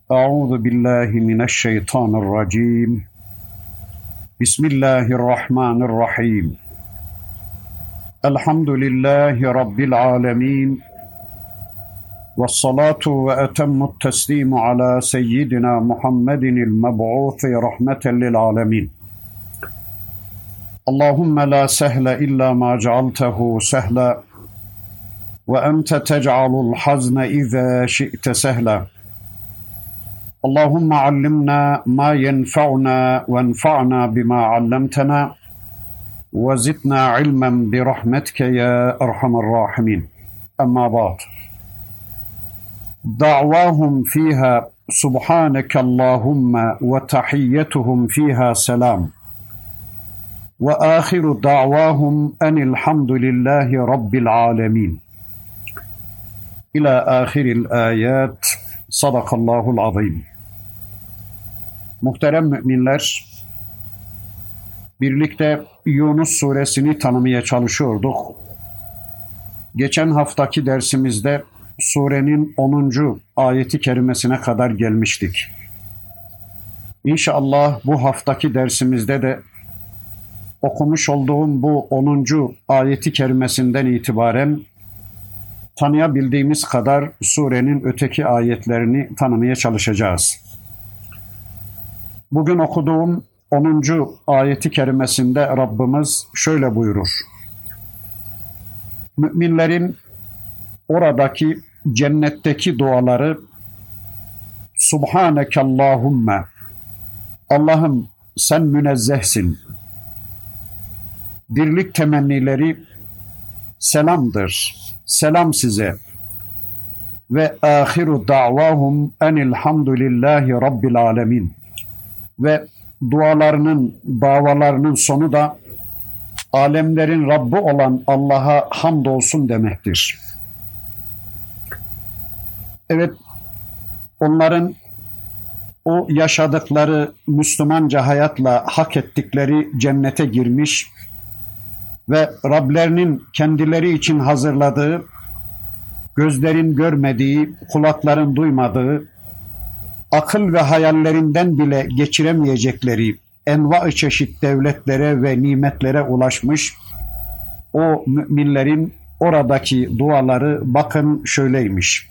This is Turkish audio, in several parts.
أعوذ بالله من الشيطان الرجيم. بسم الله الرحمن الرحيم. الحمد لله رب العالمين، والصلاة وأتم التسليم على سيدنا محمد المبعوث رحمة للعالمين. اللهم لا سهل إلا ما جعلته سهلا، وأنت تجعل الحزن إذا شئت سهلا. اللهم علمنا ما ينفعنا وانفعنا بما علمتنا، وزدنا علما برحمتك يا أرحم الراحمين. أما بعد، دعواهم فيها سبحانك اللهم وتحيتهم فيها سلام، وآخر دعواهم أن الحمد لله رب العالمين. إلى آخر الآيات. Sadakallahul azim. Muhterem müminler, birlikte Yunus suresini tanımaya çalışıyorduk. Geçen haftaki dersimizde surenin 10. ayeti kerimesine kadar gelmiştik. İnşallah bu haftaki dersimizde de okumuş olduğum bu 10. ayeti kerimesinden itibaren tanıyabildiğimiz kadar surenin öteki ayetlerini tanımaya çalışacağız. Bugün okuduğum 10. ayeti kerimesinde Rabbimiz şöyle buyurur. Müminlerin oradaki cennetteki duaları Subhanekallahümme, Allah'ım sen münezzehsin. Birlik temennileri selamdır. Selam size. Ve ahiru da'vahum enilhamdülillahi rabbil alemin. Ve dualarının, davalarının sonu da alemlerin Rabbi olan Allah'a hamdolsun demektir. Evet, onların o yaşadıkları Müslümanca hayatla hak ettikleri cennete girmiş ve Rablerinin kendileri için hazırladığı, gözlerin görmediği, kulakların duymadığı, akıl ve hayallerinden bile geçiremeyecekleri enva-ı çeşit devletlere ve nimetlere ulaşmış o müminlerin oradaki duaları bakın şöyleymiş.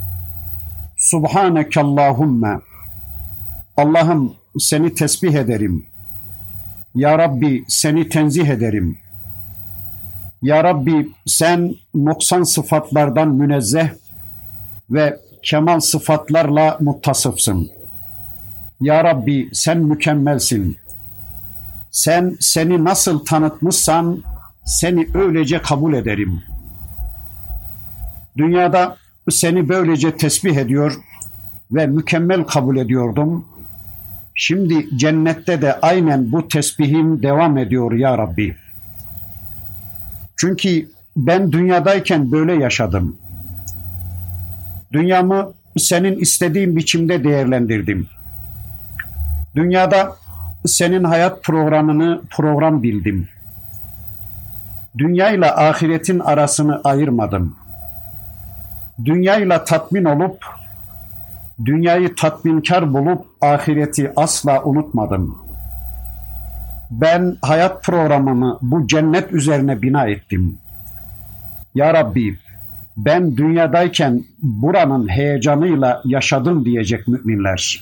Subhanekallahümme, Allah'ım seni tesbih ederim. Ya Rabbi seni tenzih ederim. Ya Rabbi sen noksan sıfatlardan münezzeh ve kemal sıfatlarla muttasıfsın. Ya Rabbi sen mükemmelsin. Seni nasıl tanıtmışsan seni öylece kabul ederim. Dünyada seni böylece tesbih ediyor ve mükemmel kabul ediyordum. Şimdi cennette de aynen bu tesbihim devam ediyor ya Rabbi. Çünkü ben dünyadayken böyle yaşadım. Dünyamı senin istediğin biçimde değerlendirdim. Dünyada senin hayat programını program bildim. Dünyayla ahiretin arasını ayırmadım. Dünyayla tatmin olup, dünyayı tatminkar bulup ahireti asla unutmadım. Ben hayat programımı bu cennet üzerine bina ettim. Ya Rabbi, ben dünyadayken buranın heyecanıyla yaşadım diyecek müminler.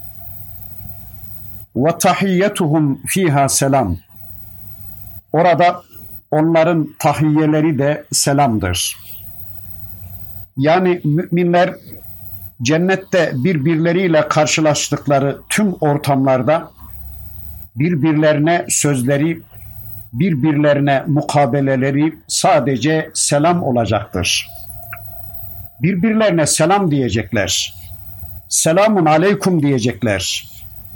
Ve tahiyyetuhum fiha selam. Orada onların tahiyyeleri de selamdır. Yani müminler cennette birbirleriyle karşılaştıkları tüm ortamlarda birbirlerine sözleri, birbirlerine mukabeleleri sadece selam olacaktır. Birbirlerine selam diyecekler. Selamun aleyküm diyecekler.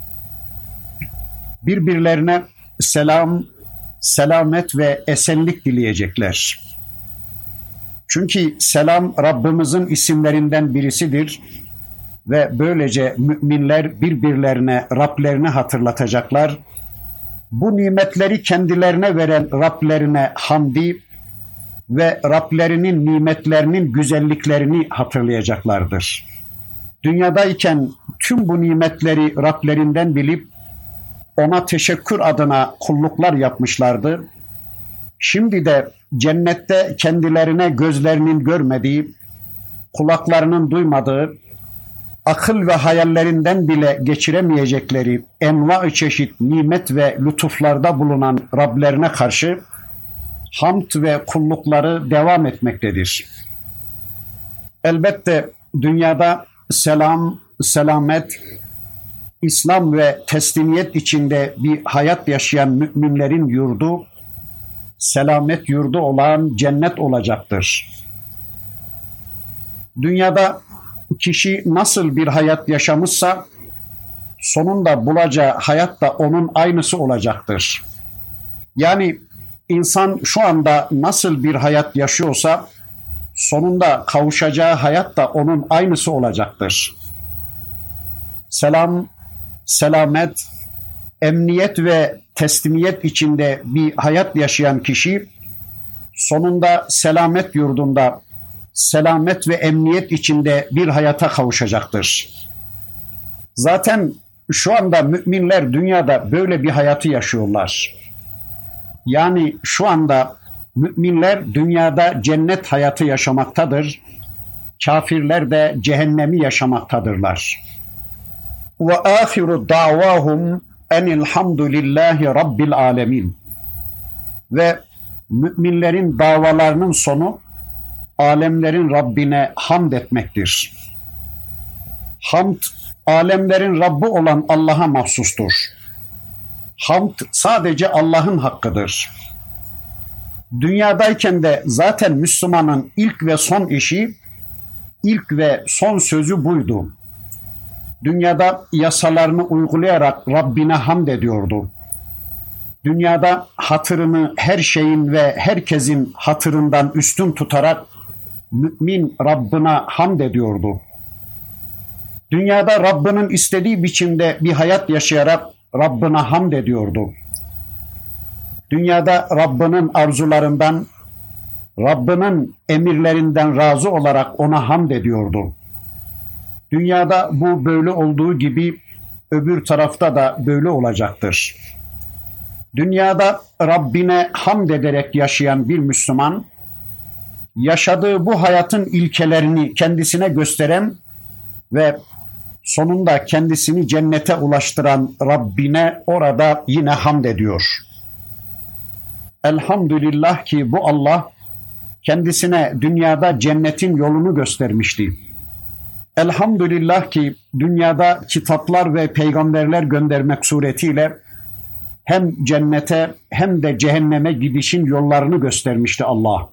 Birbirlerine selam, selamet ve esenlik dileyecekler. Çünkü selam Rabbimizin isimlerinden birisidir ve böylece müminler birbirlerine Rablerini hatırlatacaklar. Bu nimetleri kendilerine veren Rablerine hamdi ve Rablerinin nimetlerinin güzelliklerini hatırlayacaklardır. dünyadayken tüm bu nimetleri Rablerinden bilip ona teşekkür adına kulluklar yapmışlardı. Şimdi de cennette kendilerine gözlerinin görmediği, kulaklarının duymadığı, akıl ve hayallerinden bile geçiremeyecekleri enva-ı çeşit nimet ve lütuflarda bulunan Rablerine karşı hamd ve kullukları devam etmektedir. Elbette dünyada selam, selamet, İslam ve teslimiyet içinde bir hayat yaşayan müminlerin yurdu, selamet yurdu olan cennet olacaktır. Dünyada kişi nasıl bir hayat yaşamışsa, sonunda bulacağı hayat da onun aynısı olacaktır. Yani insan şu anda nasıl bir hayat yaşıyorsa, sonunda kavuşacağı hayat da onun aynısı olacaktır. Selam, selamet, emniyet ve teslimiyet içinde bir hayat yaşayan kişi, sonunda selamet yurdunda, selamet ve emniyet içinde bir hayata kavuşacaktır. Zaten şu anda müminler dünyada böyle bir hayatı yaşıyorlar. Yani şu anda müminler dünyada cennet hayatı yaşamaktadır. Kafirler de cehennemi yaşamaktadırlar. Ve ahiru davahum enilhamdülillahi rabbil alemin. Ve müminlerin davalarının sonu alemlerin Rabbine hamd etmektir. Hamd, alemlerin Rabbi olan Allah'a mahsustur. Hamd sadece Allah'ın hakkıdır. Dünyadayken de zaten Müslümanın ilk ve son işi, ilk ve son sözü buydu. Dünyada yasalarını uygulayarak Rabbine hamd ediyordu. Dünyada hatırını her şeyin ve herkesin hatırından üstün tutarak mümin Rabbine hamd ediyordu. Dünyada Rabbinin istediği biçimde bir hayat yaşayarak Rabbine hamd ediyordu. Dünyada Rabbinin arzularından, Rabbinin emirlerinden razı olarak ona hamd ediyordu. Dünyada bu böyle olduğu gibi öbür tarafta da böyle olacaktır. Dünyada Rabbine hamd ederek yaşayan bir Müslüman, yaşadığı bu hayatın ilkelerini kendisine gösteren ve sonunda kendisini cennete ulaştıran Rabbine orada yine hamd ediyor. Elhamdülillah ki bu Allah kendisine dünyada cennetin yolunu göstermişti. Elhamdülillah ki dünyada kitaplar ve peygamberler göndermek suretiyle hem cennete hem de cehenneme gidişin yollarını göstermişti Allah.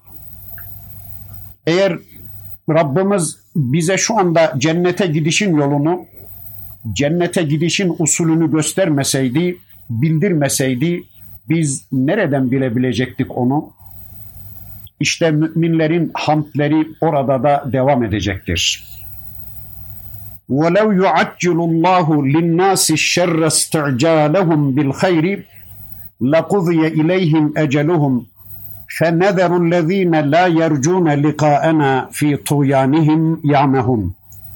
Eğer Rabbimiz bize şu anda cennete gidişin yolunu, cennete gidişin usulünü göstermeseydi, bildirmeseydi, biz nereden bilebilecektik onu? İşte müminlerin hamdleri orada da devam edecektir. وَلَوْ يُعَجِّلُ اللّٰهُ لِلنَّاسِ الشَّرَّ اسْتِعْجَالَهُمْ بِالْخَيْرِ لَقُضِيَ إِلَيْهِمْ أَجَلُهُمْ فَنَذَرُ الَّذ۪ينَ لَا يَرْجُونَ لِقَاءَنَا ف۪ي طُغْيَانِهِمْ يَعْمَهُونَ.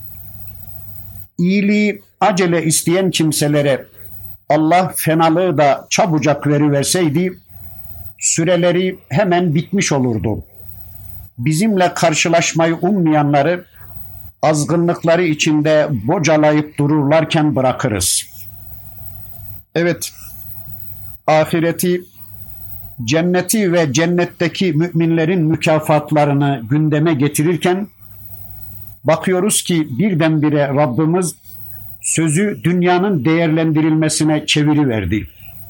İyiliği acele isteyen kimselere Allah fenalığı da çabucak veriverseydi, süreleri hemen bitmiş olurdu. Bizimle karşılaşmayı ummayanları azgınlıkları içinde bocalayıp dururlarken bırakırız. Evet, ahireti, cenneti ve cennetteki müminlerin mükafatlarını gündeme getirirken bakıyoruz ki birdenbire Rabbimiz sözü dünyanın değerlendirilmesine çeviriverdi.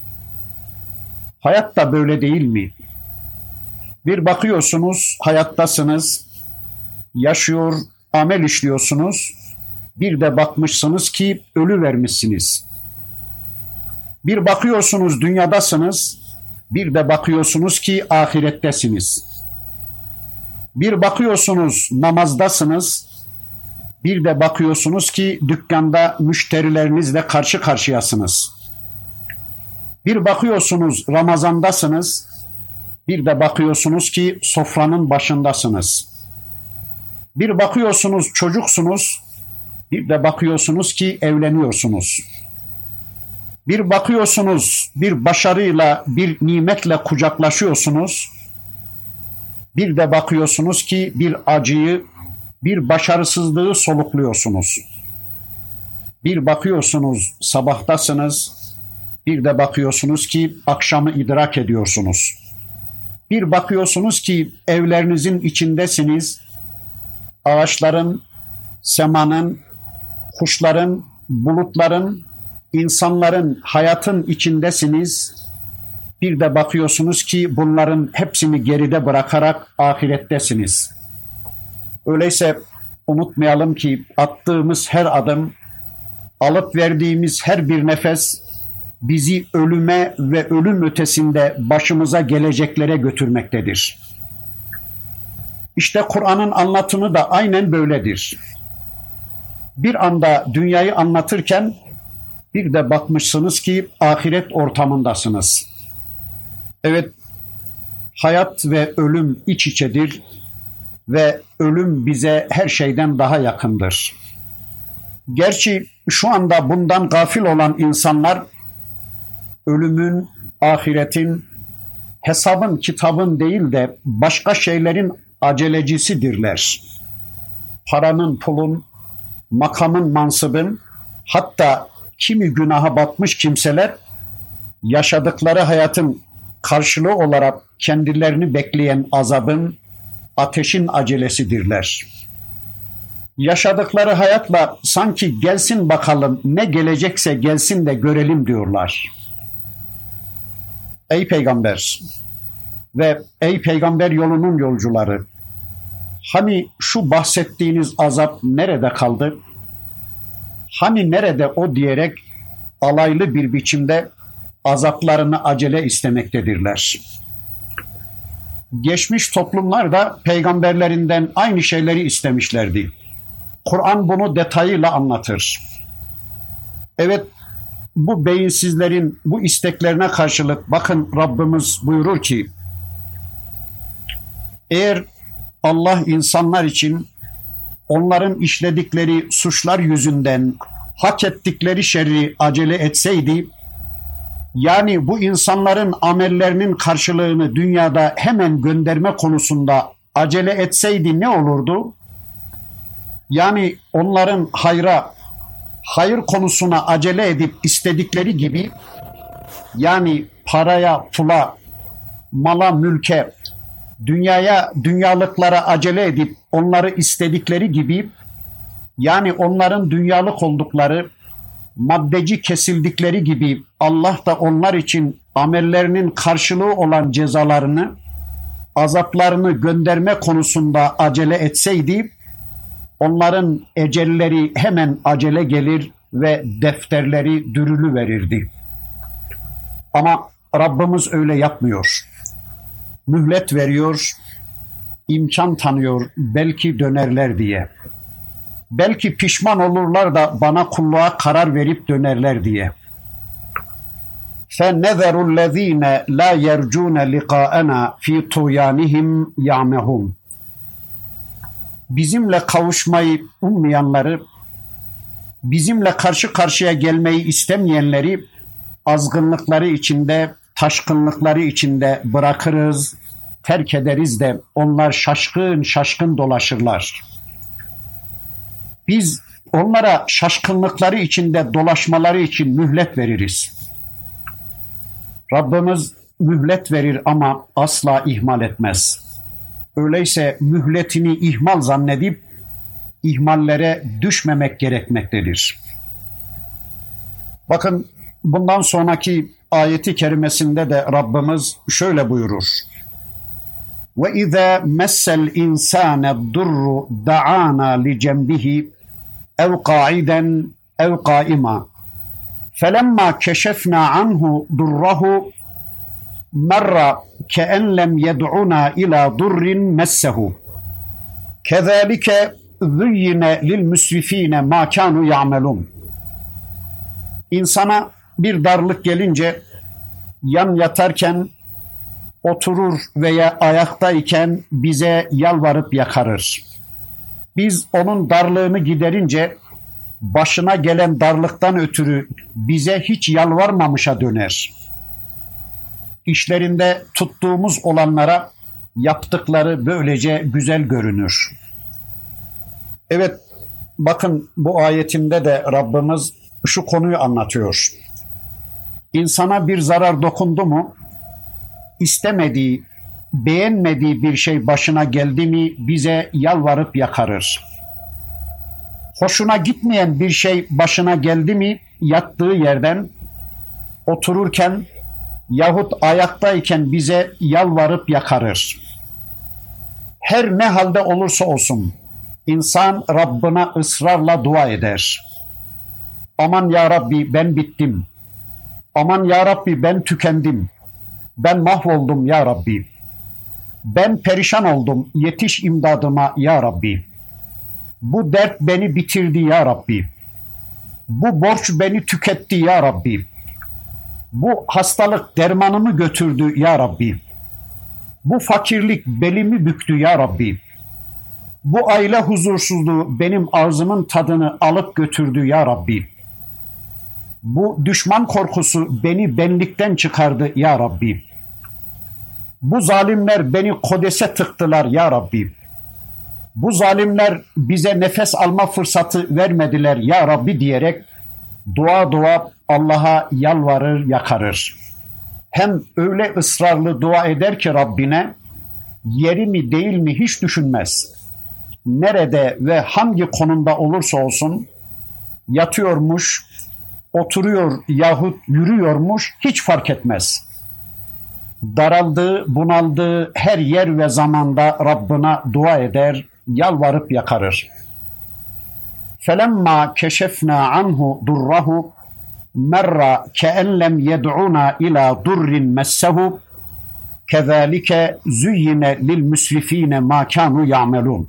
Hayat da böyle değil mi? Bir bakıyorsunuz, hayattasınız, yaşıyor, amel işliyorsunuz, bir de bakmışsınız ki ölü vermişsiniz. Bir bakıyorsunuz dünyadasınız, bir de bakıyorsunuz ki ahirettesiniz. Bir bakıyorsunuz namazdasınız, bir de bakıyorsunuz ki dükkanda müşterilerinizle karşı karşıyasınız. Bir bakıyorsunuz Ramazandasınız, bir de bakıyorsunuz ki sofranın başındasınız. Bir bakıyorsunuz çocuksunuz, Bir de bakıyorsunuz ki evleniyorsunuz. Bir bakıyorsunuz bir başarıyla, bir nimetle kucaklaşıyorsunuz. Bir de bakıyorsunuz ki bir acıyı, bir başarısızlığı solukluyorsunuz. Bir bakıyorsunuz sabahtasınız, bir de bakıyorsunuz ki akşamı idrak ediyorsunuz. Bir bakıyorsunuz ki evlerinizin içindesiniz, ağaçların, semanın, kuşların, bulutların, insanların, hayatın içindesiniz. Bir de bakıyorsunuz ki bunların hepsini geride bırakarak ahirettesiniz. Öyleyse unutmayalım ki attığımız her adım, alıp verdiğimiz her bir nefes bizi ölüme ve ölüm ötesinde başımıza geleceklere götürmektedir. İşte Kur'an'ın anlatımı da aynen böyledir. Bir anda dünyayı anlatırken bir de bakmışsınız ki ahiret ortamındasınız. Evet, hayat ve ölüm iç içedir ve ölüm bize her şeyden daha yakındır. Gerçi şu anda bundan gafil olan insanlar ölümün, ahiretin, hesabın, kitabın değil de başka şeylerin acelecisidirler. Paranın, pulun, makamın, mansıbın, hatta kimi günaha batmış kimseler yaşadıkları hayatın karşılığı olarak kendilerini bekleyen azabın, ateşin acelesidirler. Yaşadıkları hayatla sanki gelsin bakalım ne gelecekse gelsin de görelim diyorlar. Ey peygamber ve ey peygamber yolunun yolcuları, hani şu bahsettiğiniz azap nerede kaldı? Hani nerede o diyerek alaylı bir biçimde azaplarını acele istemektedirler. Geçmiş toplumlar da peygamberlerinden aynı şeyleri istemişlerdi. Kur'an bunu detayıyla anlatır. Evet, bu beyinsizlerin bu isteklerine karşılık bakın Rabbimiz buyurur ki, eğer Allah insanlar için onların işledikleri suçlar yüzünden hak ettikleri şerri acele etseydi, yani bu insanların amellerinin karşılığını dünyada hemen gönderme konusunda acele etseydi ne olurdu? Yani onların hayır konusuna acele edip istedikleri gibi, yani paraya, pula, mala, mülke, dünyalıklara acele edip onları istedikleri gibi, yani onların dünyalık oldukları, maddeci kesildikleri gibi Allah da onlar için amellerinin karşılığı olan cezalarını, azaplarını gönderme konusunda acele etseydi, onların ecelleri hemen acele gelir ve defterleri dürülü verirdi. Ama Rabbimiz öyle yapmıyor. Mühlet veriyor, imkan tanıyor, belki dönerler diye. Belki pişman olurlar da bana kulluğa karar verip dönerler diye. فَنَذَرُ الَّذ۪ينَ لَا يَرْجُونَ لِقَاءَنَا ف۪ي طُغْيَانِهِمْ يَعْمَهُونَ. Bizimle kavuşmayı ummayanları, bizimle karşı karşıya gelmeyi istemeyenleri azgınlıkları içinde, taşkınlıkları içinde bırakırız, terk ederiz de onlar şaşkın şaşkın dolaşırlar. Biz onlara şaşkınlıkları içinde dolaşmaları için mühlet veririz. Rabbimiz mühlet verir ama asla ihmal etmez. Öyleyse mühletini ihmal zannedip ihmallere düşmemek gerekmektedir. Bakın bundan sonraki ayeti kerimesinde de Rabbimiz şöyle buyurur. وَإِذَا مَسَّ الْاِنْسَانَ الضُّرُّ دَعَانَا لِجَنْبِهِ اَوْ قَاعِدًا اَوْ قَائِمًا فَلَمَّا كَشَفْنَا عَنْهُ ضُرَّهُ مَرَّ كَأَنْ لَمْ يَدْعُنَا إِلَى ضُرٍّ مَسَّهُ كَذَٰلِكَ زُيِّنَ لِلْمُسْرِف۪ينَ مَا كَانُوا يَعْمَلُونَ. İnsana bir darlık gelince yan yatarken, oturur veya ayaktayken bize yalvarıp yakarır. Biz onun darlığını giderince başına gelen darlıktan ötürü bize hiç yalvarmamışa döner. İşlerinde tuttuğumuz olanlara yaptıkları böylece güzel görünür. Evet, bakın bu ayetinde de Rabbimiz şu konuyu anlatıyor. İnsana bir zarar dokundu mu, istemediği, beğenmediği bir şey başına geldi mi bize yalvarıp yakarır. Hoşuna gitmeyen bir şey başına geldi mi yattığı yerden, otururken yahut ayaktayken bize yalvarıp yakarır. Her ne halde olursa olsun insan Rabbine ısrarla dua eder. Aman ya Rabbi ben bittim. Aman ya Rabbi ben tükendim. Ben mahvoldum ya Rabbi. Ben perişan oldum. Yetiş imdadıma ya Rabbi. Bu dert beni bitirdi ya Rabbi. Bu borç beni tüketti ya Rabbi. Bu hastalık dermanımı götürdü ya Rabbi. Bu fakirlik belimi büktü ya Rabbi. Bu aile huzursuzluğu benim ağzımın tadını alıp götürdü ya Rabbi. Bu düşman korkusu beni benlikten çıkardı ya Rabbi. Bu zalimler beni kodese tıktılar ya Rabbi. Bu zalimler bize nefes alma fırsatı vermediler ya Rabbi diyerek dua Allah'a yalvarır yakarır. Hem öyle ısrarlı dua eder ki Rabbine yeri mi değil mi hiç düşünmez. Nerede ve hangi konumda olursa olsun yatıyormuş, oturuyor yahut yürüyormuş hiç fark etmez. Daraldığı, bunaldığı her yer ve zamanda Rabbına dua eder, yalvarıp yakarır. فَلَمَّا كَشَفْنَا عَنْهُ دُرَّهُ مَرَّ كَأَنْ لَمْ يَدْعُنَا إِلَى دُرٍّ مَسَّهُ كَذَٰلِكَ زُيِّنَ لِلْمُسْرِف۪ينَ مَا كَانُوا يَعْمَلُونَ.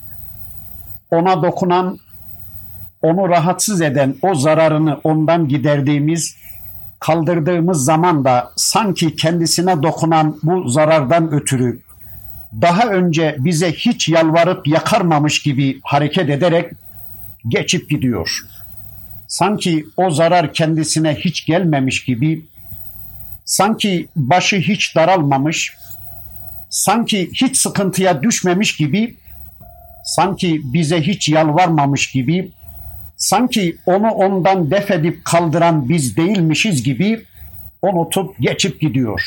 Ona dokunan, onu rahatsız eden o zararını ondan giderdiğimiz, kaldırdığımız zaman da sanki kendisine dokunan bu zarardan ötürü daha önce bize hiç yalvarıp yakarmamış gibi hareket ederek geçip gidiyor. Sanki o zarar kendisine hiç gelmemiş gibi, sanki başı hiç daralmamış, sanki hiç sıkıntıya düşmemiş gibi, sanki bize hiç yalvarmamış gibi, sanki onu ondan def edip kaldıran biz değilmişiz gibi unutup geçip gidiyor.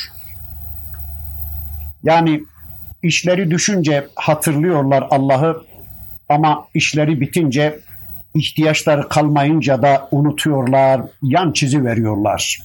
Yani işleri düşünce hatırlıyorlar Allah'ı ama işleri bitince, ihtiyaçları kalmayınca da unutuyorlar, yan çizi veriyorlar.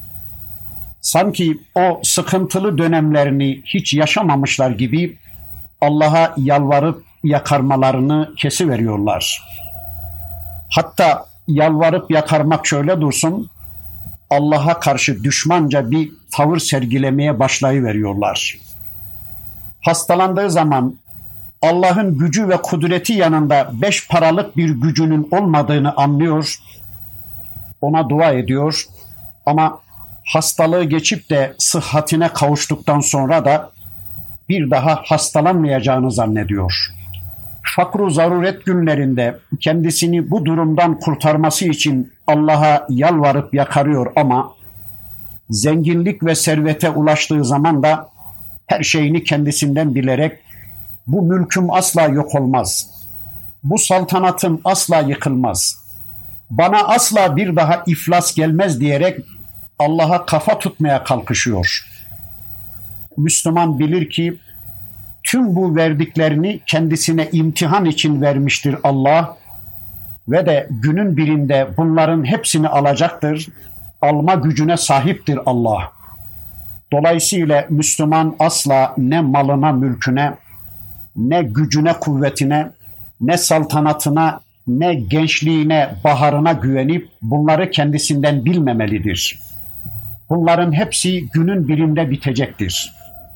Sanki o sıkıntılı dönemlerini hiç yaşamamışlar gibi Allah'a yalvarıp yakarmalarını kesiveriyorlar. Hatta yalvarıp yakarmak şöyle dursun, Allah'a karşı düşmanca bir tavır sergilemeye başlayıveriyorlar. Hastalandığı zaman Allah'ın gücü ve kudreti yanında 5 paralık bir gücünün olmadığını anlıyor, ona dua ediyor ama hastalığı geçip de sıhhatine kavuştuktan sonra da bir daha hastalanmayacağını zannediyor. Fakru zaruret günlerinde kendisini bu durumdan kurtarması için Allah'a yalvarıp yakarıyor ama zenginlik ve servete ulaştığı zaman da her şeyini kendisinden bilerek bu mülküm asla yok olmaz, bu saltanatım asla yıkılmaz, bana asla bir daha iflas gelmez diyerek Allah'a kafa tutmaya kalkışıyor. Müslüman bilir ki tüm bu verdiklerini kendisine imtihan için vermiştir Allah ve de günün birinde bunların hepsini alacaktır. Alma gücüne sahiptir Allah. Dolayısıyla Müslüman asla ne malına, mülküne, ne gücüne, kuvvetine, ne saltanatına, ne gençliğine, baharına güvenip bunları kendisinden bilmemelidir. Bunların hepsi günün birinde bitecektir.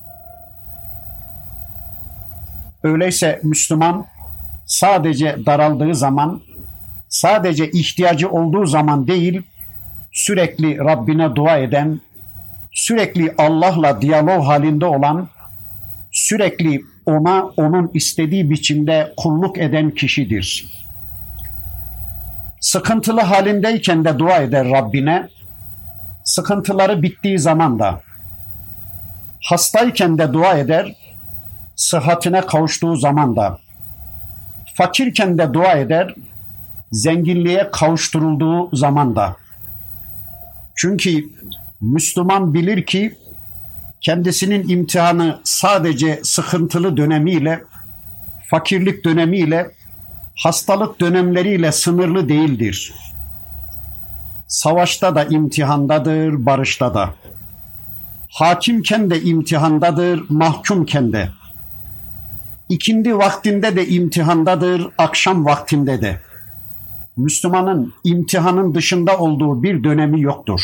Öyleyse Müslüman sadece daraldığı zaman, sadece ihtiyacı olduğu zaman değil, sürekli Rabbine dua eden, sürekli Allah'la diyalog halinde olan, sürekli ona onun istediği biçimde kulluk eden kişidir. Sıkıntılı halindeyken de dua eder Rabbine, sıkıntıları bittiği zaman da, hastayken de dua eder, sıhhatine kavuştuğu zaman da, fakirken de dua eder, zenginliğe kavuşturulduğu zaman da. Çünkü Müslüman bilir ki kendisinin imtihanı sadece sıkıntılı dönemiyle, fakirlik dönemiyle, hastalık dönemleriyle sınırlı değildir. Savaşta da imtihandadır, barışta da. Hakimken de imtihandadır, mahkumken de. İkindi vaktinde de imtihandadır, akşam vaktinde de. Müslümanın imtihanın dışında olduğu bir dönemi yoktur.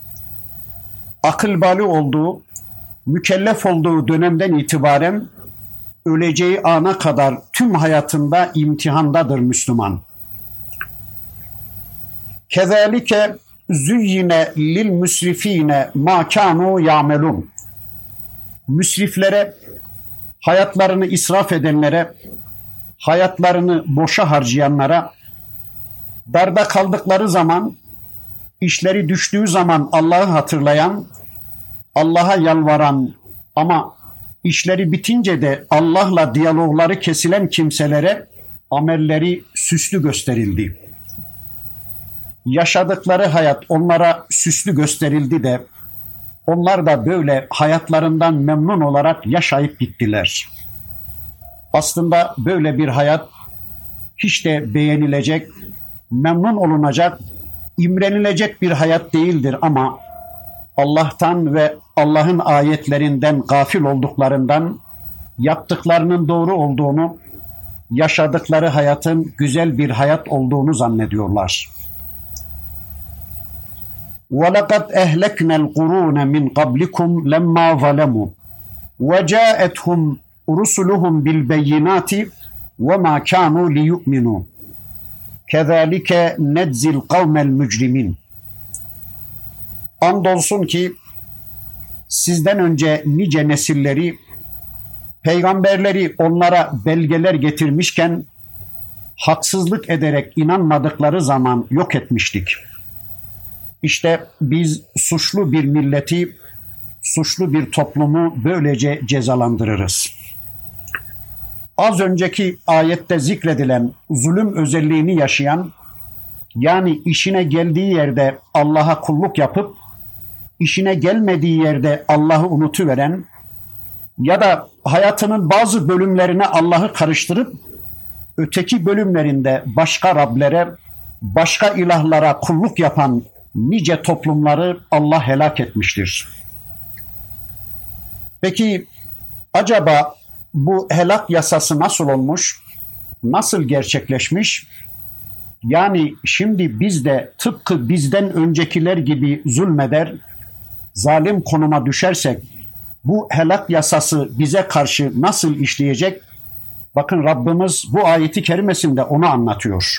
Akıl bali olduğu, mükellef olduğu dönemden itibaren öleceği ana kadar tüm hayatında imtihandadır Müslüman. Kezalike züyyine lil müsrifine ma kanu ya'melun. Müsriflere, hayatlarını israf edenlere, hayatlarını boşa harcayanlara, darda kaldıkları zaman, işleri düştüğü zaman Allah'ı hatırlayan, Allah'a yalvaran ama işleri bitince de Allah'la diyalogları kesilen kimselere amelleri süslü gösterildi. Yaşadıkları hayat onlara süslü gösterildi de onlar da böyle hayatlarından memnun olarak yaşayıp gittiler. Aslında böyle bir hayat hiç de beğenilecek, memnun olunacak, imrenilecek bir hayat değildir ama Allah'tan ve Allah'ın ayetlerinden gafil olduklarından, yaptıklarının doğru olduğunu, yaşadıkları hayatın güzel bir hayat olduğunu zannediyorlar. وَلَقَدْ اَهْلَكْنَا الْقُرُونَ مِنْ قَبْلِكُمْ لَمَّا ظَلَمُوا وَجَاءَتْهُمْ رُسُلُهُمْ بِالْبَيِّنَاتِ وَمَا كَانُوا لِيُؤْمِنُوا كَذَٰلِكَ نَجْزِي الْقَوْمَ الْمُجْرِمِينَ. Andolsun ki sizden önce nice nesilleri, peygamberleri onlara belgeler getirmişken haksızlık ederek inanmadıkları zaman yok etmiştik. İşte biz suçlu bir milleti, suçlu bir toplumu böylece cezalandırırız. Az önceki ayette zikredilen zulüm özelliğini yaşayan, yani işine geldiği yerde Allah'a kulluk yapıp, işine gelmediği yerde Allah'ı unutuveren ya da hayatının bazı bölümlerine Allah'ı karıştırıp, öteki bölümlerinde başka Rablere, başka ilahlara kulluk yapan nice toplumları Allah helak etmiştir. Peki acaba bu helak yasası nasıl olmuş? Nasıl gerçekleşmiş? Yani şimdi biz de tıpkı bizden öncekiler gibi zulmeder, zalim konuma düşersek bu helak yasası bize karşı nasıl işleyecek? Bakın Rabbimiz bu ayeti kerimesinde onu anlatıyor.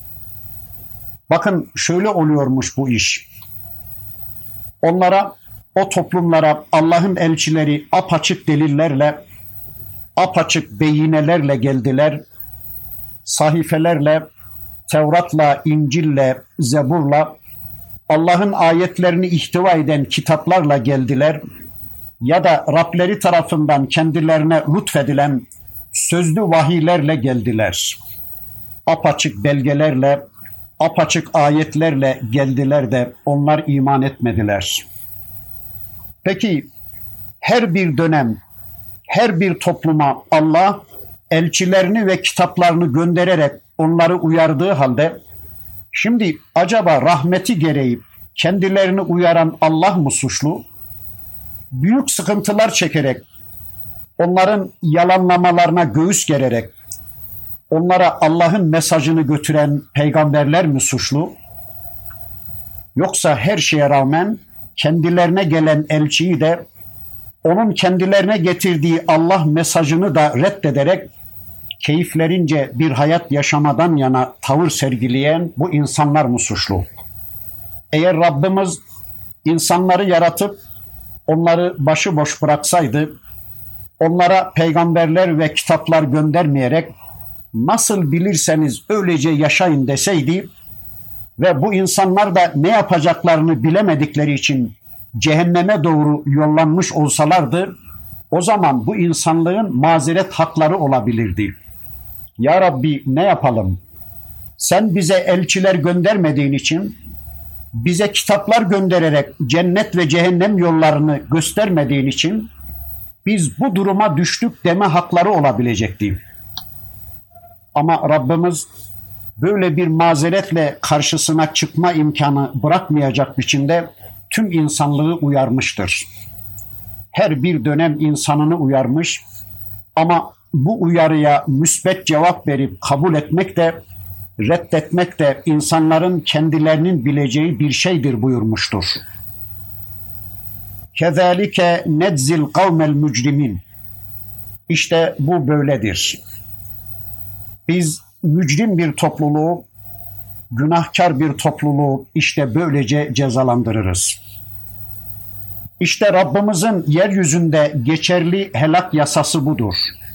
Bakın şöyle oluyormuş bu iş. Onlara, o toplumlara Allah'ın elçileri apaçık delillerle, apaçık beyinelerle geldiler. Sahifelerle, Tevrat'la, İncil'le, Zebur'la, Allah'ın ayetlerini ihtiva eden kitaplarla geldiler. Ya da Rableri tarafından kendilerine lütfedilen sözlü vahiylerle geldiler. Apaçık belgelerle, apaçık ayetlerle geldiler de onlar iman etmediler. Peki her bir dönem, her bir topluma Allah elçilerini ve kitaplarını göndererek onları uyardığı halde şimdi acaba rahmeti gereği kendilerini uyaran Allah mı suçlu? Büyük sıkıntılar çekerek, onların yalanlamalarına göğüs gererek, onlara Allah'ın mesajını götüren peygamberler mi suçlu? Yoksa her şeye rağmen kendilerine gelen elçiyi de, onun kendilerine getirdiği Allah mesajını da reddederek keyiflerince bir hayat yaşamadan yana tavır sergileyen bu insanlar mı suçlu? Eğer Rabbimiz insanları yaratıp onları başıboş bıraksaydı, onlara peygamberler ve kitaplar göndermeyerek nasıl bilirseniz öylece yaşayın deseydi, ve bu insanlar da ne yapacaklarını bilemedikleri için cehenneme doğru yollanmış olsalardı, o zaman bu insanlığın mazeret hakları olabilirdi. Ya Rabbi, ne yapalım? Sen bize elçiler göndermediğin için, bize kitaplar göndererek cennet ve cehennem yollarını göstermediğin için biz bu duruma düştük deme hakları olabilecekti. Ama Rabbimiz böyle bir mazeretle karşısına çıkma imkanı bırakmayacak biçimde tüm insanlığı uyarmıştır. Her bir dönem insanını uyarmış ama bu uyarıya müsbet cevap verip kabul etmek de, reddetmek de insanların kendilerinin bileceği bir şeydir buyurmuştur. Kezalike nedzil kavmel mücrimin. İşte bu böyledir. Biz mücrim bir topluluğu, günahkar bir topluluğu işte böylece cezalandırırız. İşte Rabbimizin yeryüzünde geçerli helak yasası budur.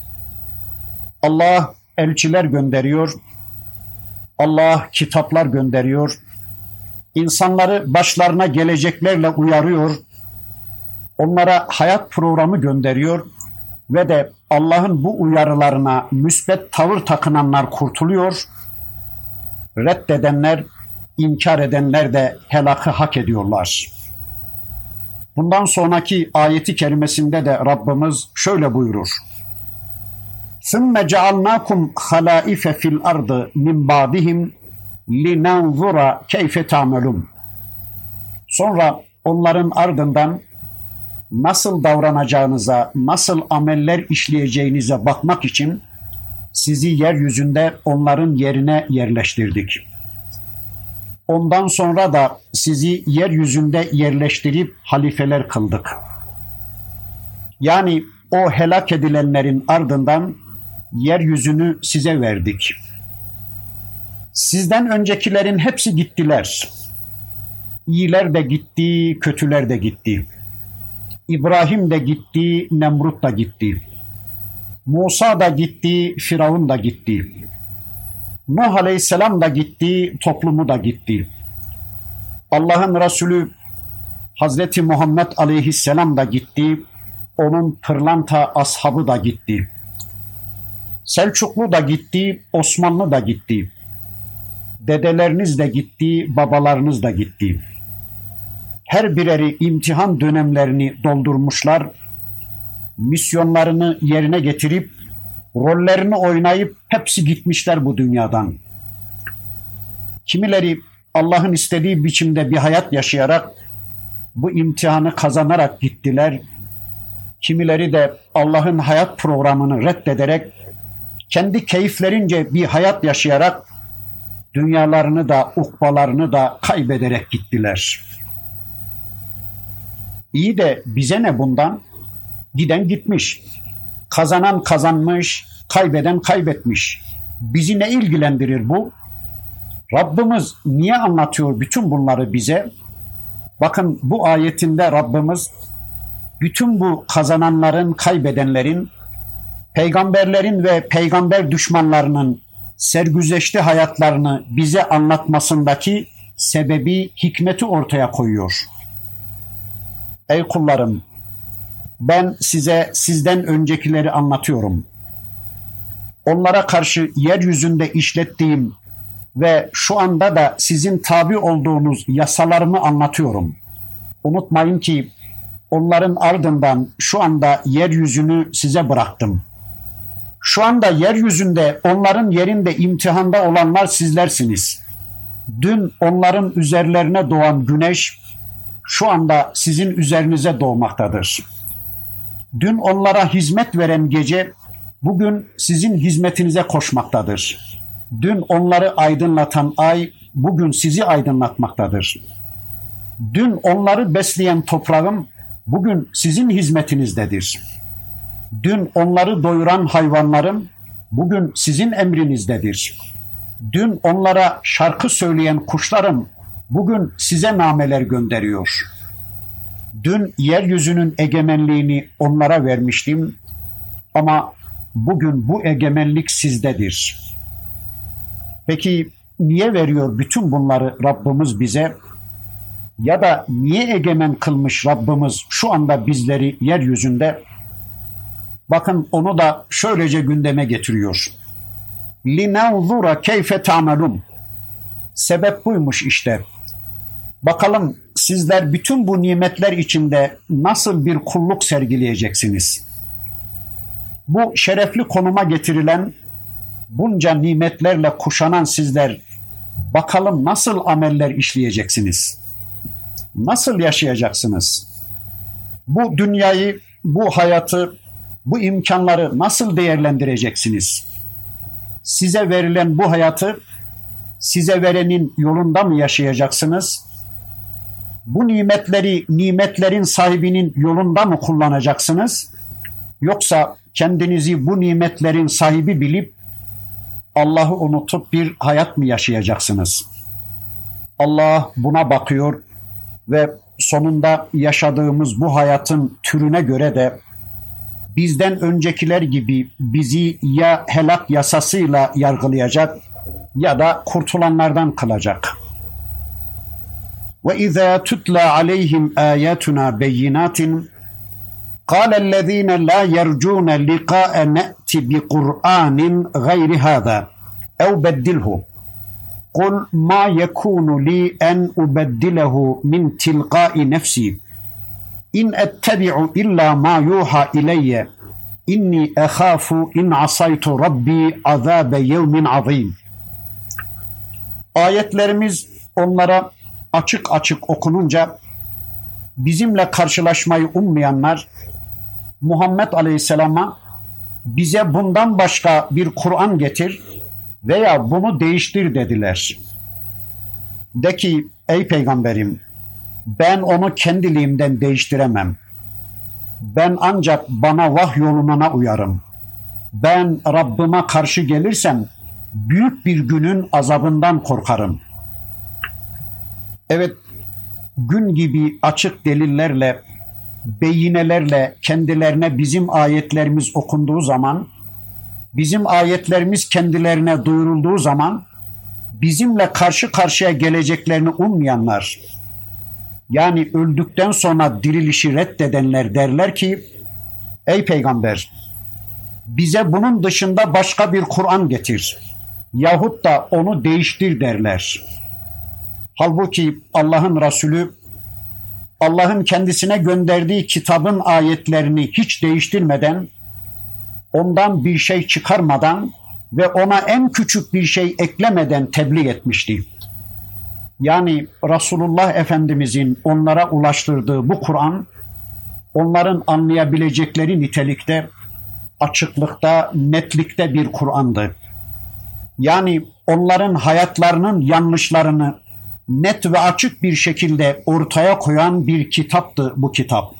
Allah elçiler gönderiyor, Allah kitaplar gönderiyor, insanları başlarına geleceklerle uyarıyor, onlara hayat programı gönderiyor ve de Allah'ın bu uyarılarına müsbet tavır takınanlar kurtuluyor, reddedenler, inkar edenler de helakı hak ediyorlar. Bundan sonraki ayeti kerimesinde de Rabbimiz şöyle buyurur. ثُمَّ جَعَلْنَاكُمْ خَلَائِفَ فِي الْأَرْضِ مِنْ بَعْدِهِمْ لِنَنْظُرَ كَيْفَ تَعْمَلُونَ. Sonra onların ardından nasıl davranacağınıza, nasıl ameller işleyeceğinize bakmak için sizi yeryüzünde onların yerine yerleştirdik. Ondan sonra da sizi yeryüzünde yerleştirip halifeler kıldık. Yani o helak edilenlerin ardından yeryüzünü size verdik. Sizden öncekilerin hepsi gittiler. İyiler de gitti, kötüler de gitti. İbrahim de gitti, Nemrut da gitti. Musa da gitti, Firavun da gitti. Nuh Aleyhisselam da gitti, toplumu da gitti. Allah'ın Resulü Hazreti Muhammed Aleyhisselam da gitti, onun pırlanta ashabı da gitti. Selçuklu da gitti, Osmanlı da gitti. Dedeleriniz de gitti, babalarınız da gitti. Her bireri imtihan dönemlerini doldurmuşlar, misyonlarını yerine getirip, rollerini oynayıp hepsi gitmişler bu dünyadan. Kimileri Allah'ın istediği biçimde bir hayat yaşayarak, bu imtihanı kazanarak gittiler. Kimileri de Allah'ın hayat programını reddederek, kendi keyiflerince bir hayat yaşayarak, dünyalarını da ukbalarını da kaybederek gittiler. İyi de bize ne bundan? Giden gitmiş, kazanan kazanmış, kaybeden kaybetmiş. Bizi ne ilgilendirir bu? Rabbimiz niye anlatıyor bütün bunları bize? Bakın bu ayetinde Rabbimiz bütün bu kazananların, kaybedenlerin, peygamberlerin ve peygamber düşmanlarının sergüzeşti hayatlarını bize anlatmasındaki sebebi, hikmeti ortaya koyuyor. Ey kullarım, ben size sizden öncekileri anlatıyorum. Onlara karşı yeryüzünde işlettiğim ve şu anda da sizin tabi olduğunuz yasalarımı anlatıyorum. Unutmayın ki onların ardından şu anda yeryüzünü size bıraktım. Şu anda yeryüzünde onların yerinde imtihanda olanlar sizlersiniz. Dün onların üzerlerine doğan güneş şu anda sizin üzerinize doğmaktadır. Dün onlara hizmet veren gece bugün sizin hizmetinize koşmaktadır. Dün onları aydınlatan ay bugün sizi aydınlatmaktadır. Dün onları besleyen toprağım bugün sizin hizmetinizdedir. Dün onları doyuran hayvanlarım bugün sizin emrinizdedir. Dün onlara şarkı söyleyen kuşlarım bugün size nameler gönderiyor. Dün yeryüzünün egemenliğini onlara vermiştim ama bugün bu egemenlik sizdedir. Peki niye veriyor bütün bunları Rabbimiz bize? Ya da niye egemen kılmış Rabbimiz şu anda bizleri yeryüzünde? Bakın onu da şöylece gündeme getiriyor. لِنَنْظُرَ كَيْفَ تَعْمَلُونَ. Sebep buymuş işte. Bakalım sizler bütün bu nimetler içinde nasıl bir kulluk sergileyeceksiniz? Bu şerefli konuma getirilen, bunca nimetlerle kuşanan sizler bakalım nasıl ameller işleyeceksiniz? Nasıl yaşayacaksınız? Bu dünyayı, bu hayatı, bu imkanları nasıl değerlendireceksiniz? Size verilen bu hayatı size verenin yolunda mı yaşayacaksınız? Bu nimetleri nimetlerin sahibinin yolunda mı kullanacaksınız? Yoksa kendinizi bu nimetlerin sahibi bilip Allah'ı unutup bir hayat mı yaşayacaksınız? Allah buna bakıyor ve sonunda yaşadığımız bu hayatın türüne göre de bizden öncekiler gibi bizi ya helak yasasıyla yargılayacak ya da kurtulanlardan kılacak. وَإِذَا تُتْلَى عَلَيْهِمْ آيَاتُنَا بَيِّنَاتٍ قَالَ الَّذ۪ينَ لَا يَرْجُونَ لِقَاءَ نَأْتِ بِقُرْآنٍ غَيْرِ هَذَا اَوْ بَدِّلْهُ قُلْ مَا يَكُونُ لِي أَنْ أُبَدِّلَهُ مِنْ تِلْقَاءِ نَفْسِي اِنْ اَتَّبِعُ اِلَّا مَا يُوحَى اِلَيَّ اِنِّي اَخَافُ اِنْ عَصَيْتُ رَبِّي عَذَابَ يَوْمٍ عَظِيمٍ. Ayetlerimiz onlara açık açık okununca bizimle karşılaşmayı ummayanlar Muhammed Aleyhisselam'a bize bundan başka bir Kur'an getir veya bunu değiştir dediler. De ki ey peygamberim, ben onu kendiliğimden değiştiremem. Ben ancak bana vahyolunana uyarım. Ben Rabbime karşı gelirsem büyük bir günün azabından korkarım. Evet, gün gibi açık delillerle, beyinelerle kendilerine bizim ayetlerimiz okunduğu zaman, bizim ayetlerimiz kendilerine duyurulduğu zaman, bizimle karşı karşıya geleceklerini ummayanlar, yani öldükten sonra dirilişi reddedenler derler ki, ey peygamber, bize bunun dışında başka bir Kur'an getir yahut da onu değiştir derler. Halbuki Allah'ın Resulü, Allah'ın kendisine gönderdiği kitabın ayetlerini hiç değiştirmeden, ondan bir şey çıkarmadan ve ona en küçük bir şey eklemeden tebliğ etmişti. Yani Resulullah Efendimizin onlara ulaştırdığı bu Kur'an, onların anlayabilecekleri nitelikte, açıklıkta, netlikte bir Kur'an'dı. Yani onların hayatlarının yanlışlarını net ve açık bir şekilde ortaya koyan bir kitaptı bu kitap.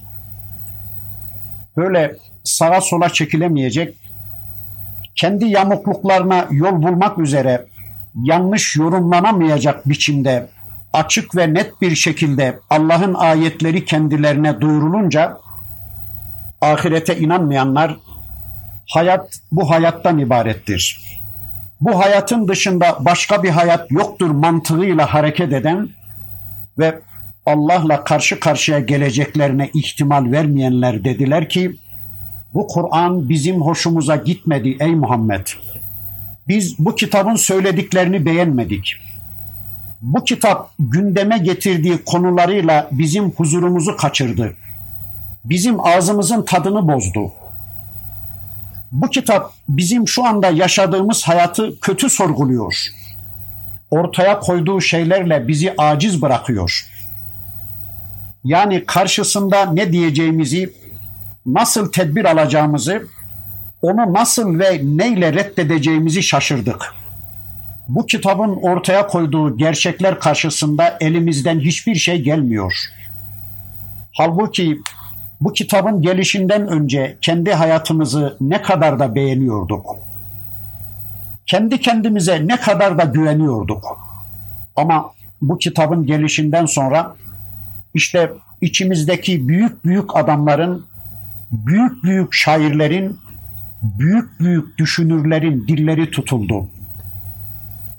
Böyle sağa sola çekilemeyecek, kendi yamukluklarına yol bulmak üzere yanlış yorumlanamayacak biçimde açık ve net bir şekilde Allah'ın ayetleri kendilerine duyurulunca ahirete inanmayanlar hayat bu hayattan ibarettir. Bu hayatın dışında başka bir hayat yoktur mantığıyla hareket eden ve Allah'la karşı karşıya geleceklerine ihtimal vermeyenler dediler ki bu Kur'an bizim hoşumuza gitmedi ey Muhammed. Biz bu kitabın söylediklerini beğenmedik. Bu kitap gündeme getirdiği konularıyla bizim huzurumuzu kaçırdı. Bizim ağzımızın tadını bozdu. Bu kitap bizim şu anda yaşadığımız hayatı kötü sorguluyor. Ortaya koyduğu şeylerle bizi aciz bırakıyor. Yani karşısında ne diyeceğimizi, nasıl tedbir alacağımızı, onu nasıl ve neyle reddedeceğimizi şaşırdık. Bu kitabın ortaya koyduğu gerçekler karşısında elimizden hiçbir şey gelmiyor. Halbuki bu kitabın gelişinden önce kendi hayatımızı ne kadar da beğeniyorduk. Kendi kendimize ne kadar da güveniyorduk. Ama bu kitabın gelişinden sonra işte içimizdeki büyük büyük adamların, büyük büyük şairlerin, büyük büyük düşünürlerin dilleri tutuldu.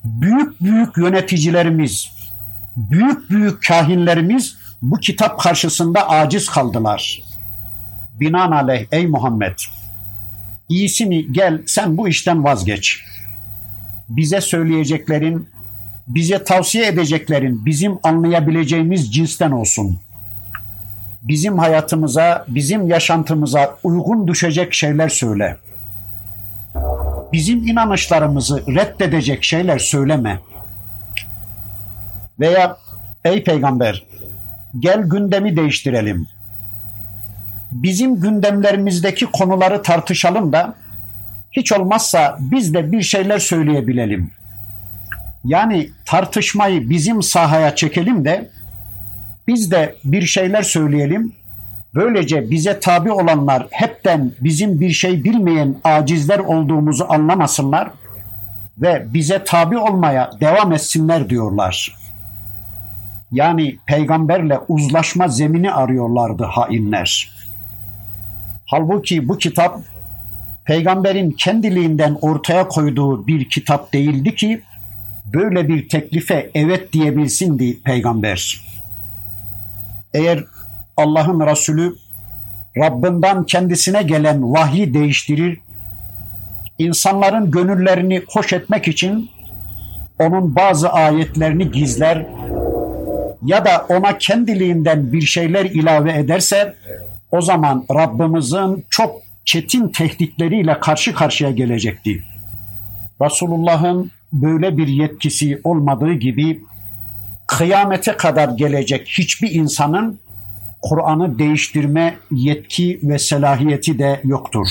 büyük büyük yöneticilerimiz, büyük büyük kahinlerimiz bu kitap karşısında aciz kaldılar. Binaenaleyh ey Muhammed, iyisi mi gel sen bu işten vazgeç. Bize söyleyeceklerin, bize tavsiye edeceklerin bizim anlayabileceğimiz cinsten olsun. Bizim hayatımıza, bizim yaşantımıza uygun düşecek şeyler söyle. Bizim inanışlarımızı reddedecek şeyler söyleme. Veya ey peygamber, gel gündemi değiştirelim. Bizim gündemlerimizdeki konuları tartışalım da hiç olmazsa biz de bir şeyler söyleyebilelim. Yani tartışmayı bizim sahaya çekelim de biz de bir şeyler söyleyelim. Böylece bize tabi olanlar hepten bizim bir şey bilmeyen acizler olduğumuzu anlamasınlar ve bize tabi olmaya devam etsinler diyorlar. Yani peygamberle uzlaşma zemini arıyorlardı hainler. Halbuki bu kitap peygamberin kendiliğinden ortaya koyduğu bir kitap değildi ki böyle bir teklife evet diyebilsindi peygamber. Eğer Allah'ın Resulü Rabbinden kendisine gelen vahyi değiştirir, insanların gönüllerini hoş etmek için onun bazı ayetlerini gizler ya da ona kendiliğinden bir şeyler ilave ederse o zaman Rabbimizin çok çetin tehditleriyle karşı karşıya gelecekti. Resulullah'ın böyle bir yetkisi olmadığı gibi kıyamete kadar gelecek hiçbir insanın Kur'an'ı değiştirme yetki ve selahiyeti de yoktur.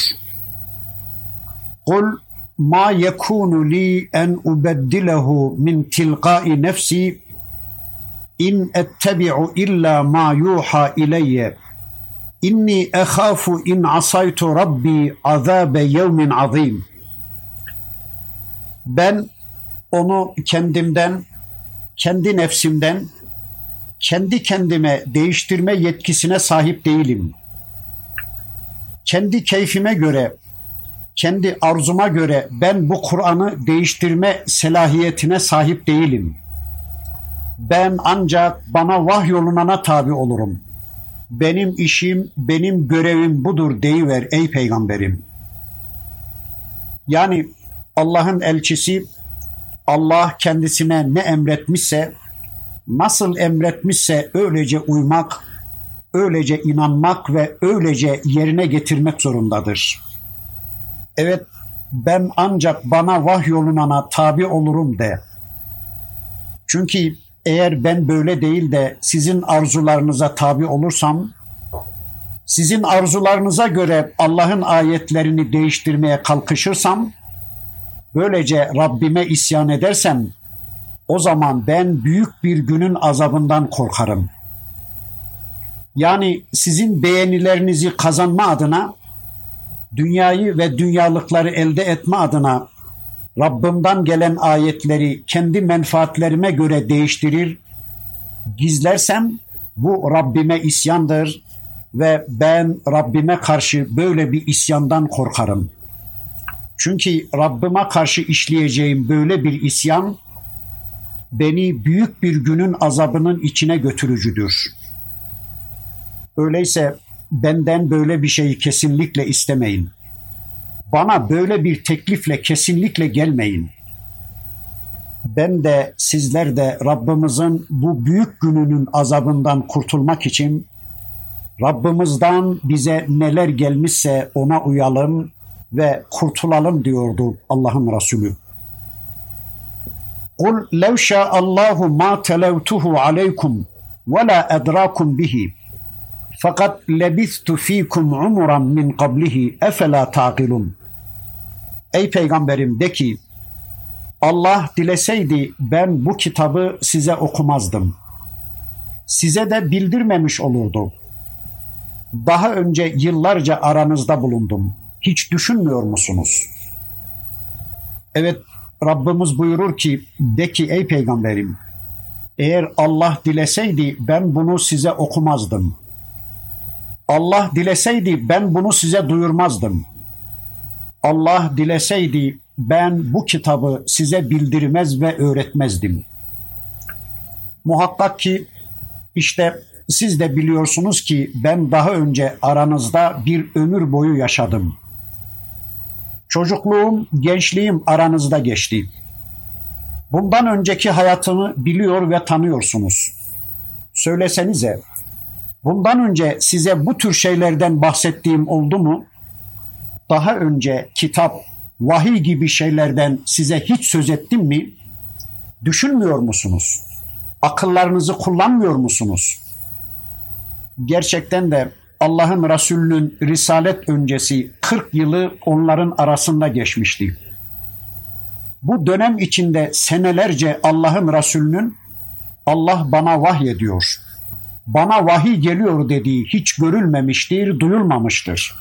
Kul ma yekunu li en ubeddilehu min tilqai nefsi in ettebi'u illa ma yuha ileyye inni ekhafu in asaytu rabbi azabe yevmin azim. Ben onu kendimden, kendi nefsimden, kendi kendime değiştirme yetkisine sahip değilim. Kendi keyfime göre, kendi arzuma göre ben bu Kur'an'ı değiştirme selahiyetine sahip değilim. Ben ancak bana vahyolunana tabi olurum. Benim işim, benim görevim budur deyiver ey peygamberim. Yani Allah'ın elçisi Allah kendisine ne emretmişse, nasıl emretmişse öylece uymak, öylece inanmak ve öylece yerine getirmek zorundadır. Evet, ben ancak bana vahyolunana tabi olurum de. Çünkü eğer ben böyle değil de sizin arzularınıza tabi olursam, sizin arzularınıza göre Allah'ın ayetlerini değiştirmeye kalkışırsam, böylece Rabbime isyan edersem, o zaman ben büyük bir günün azabından korkarım. Yani sizin beğenilerinizi kazanma adına, dünyayı ve dünyalıkları elde etme adına Rabbimden gelen ayetleri kendi menfaatlerime göre değiştirir, gizlersem bu Rabbime isyandır ve ben Rabbime karşı böyle bir isyandan korkarım. Çünkü Rabbime karşı işleyeceğim böyle bir isyan beni büyük bir günün azabının içine götürücüdür. Öyleyse benden böyle bir şeyi kesinlikle istemeyin. Bana böyle bir teklifle kesinlikle gelmeyin. Ben de sizler de Rabbimizin bu büyük gününün azabından kurtulmak için Rabbimizden bize neler gelmişse ona uyalım ve kurtulalım diyordu Allah'ın Resulü. قُلْ لَوْ شَاءَ اللّٰهُ مَا تَلَوْتُهُ عَلَيْكُمْ وَلَا أَدْرَاكُمْ بِهِ فَقَدْ لَبِثْتُ ف۪يكُمْ عُمُرًا مِنْ قَبْلِهِ اَفَلَا تَعْقِلُونَ. Ey peygamberim de ki, Allah dileseydi ben bu kitabı size okumazdım. Size de bildirmemiş olurdu. Daha önce yıllarca aranızda bulundum. Hiç düşünmüyor musunuz? Evet, Rabbimiz buyurur ki, de ki ey peygamberim, eğer Allah dileseydi ben bunu size okumazdım. Allah dileseydi ben bunu size duyurmazdım. Allah dileseydi ben bu kitabı size bildirmez ve öğretmezdim. Muhakkak ki işte siz de biliyorsunuz ki ben daha önce aranızda bir ömür boyu yaşadım. Çocukluğum, gençliğim aranızda geçti. Bundan önceki hayatımı biliyor ve tanıyorsunuz. Söylesenize, bundan önce size bu tür şeylerden bahsettiğim oldu mu? Daha önce kitap, vahiy gibi şeylerden size hiç söz ettim mi? Düşünmüyor musunuz? Akıllarınızı kullanmıyor musunuz? Gerçekten de Allah'ın Resulü'nün risalet öncesi 40 yılı onların arasında geçmişti. Bu dönem içinde senelerce Allah'ın Resulü'nün Allah bana vahyediyor, bana vahiy geliyor dediği hiç görülmemiştir, duyulmamıştır.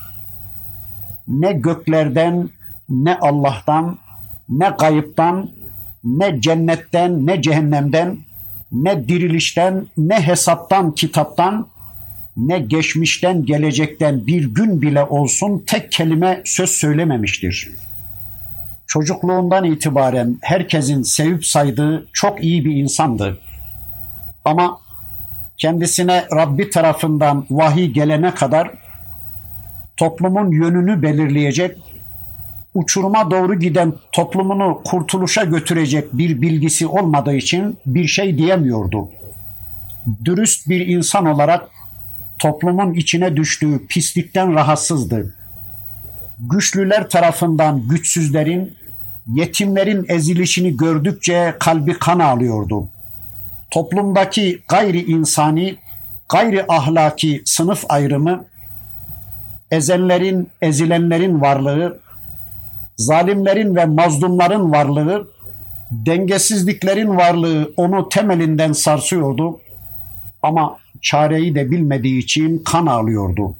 Ne göklerden, ne Allah'tan, ne gayıptan, ne cennetten, ne cehennemden, ne dirilişten, ne hesaptan, kitaptan, ne geçmişten, gelecekten bir gün bile olsun tek kelime söz söylememiştir. Çocukluğundan itibaren herkesin sevip saydığı çok iyi bir insandı. Ama kendisine Rabbi tarafından vahiy gelene kadar toplumun yönünü belirleyecek, uçuruma doğru giden toplumunu kurtuluşa götürecek bir bilgisi olmadığı için bir şey diyemiyordu. Dürüst bir insan olarak toplumun içine düştüğü pislikten rahatsızdı. Güçlüler tarafından güçsüzlerin, yetimlerin ezilişini gördükçe kalbi kan ağlıyordu. Toplumdaki gayri insani, gayri ahlaki sınıf ayrımı, ezenlerin, ezilenlerin varlığı, zalimlerin ve mazlumların varlığı, dengesizliklerin varlığı onu temelinden sarsıyordu. Ama çareyi de bilmediği için kan ağlıyordu.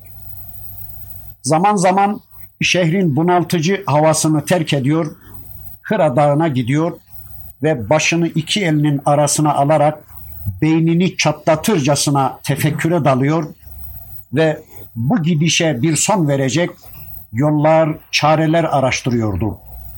Zaman zaman şehrin bunaltıcı havasını terk ediyor, Hıra Dağı'na gidiyor ve başını iki elinin arasına alarak beynini çatlatırcasına tefekküre dalıyor ve bu gidişe bir son verecek yollar, çareler araştırıyordu.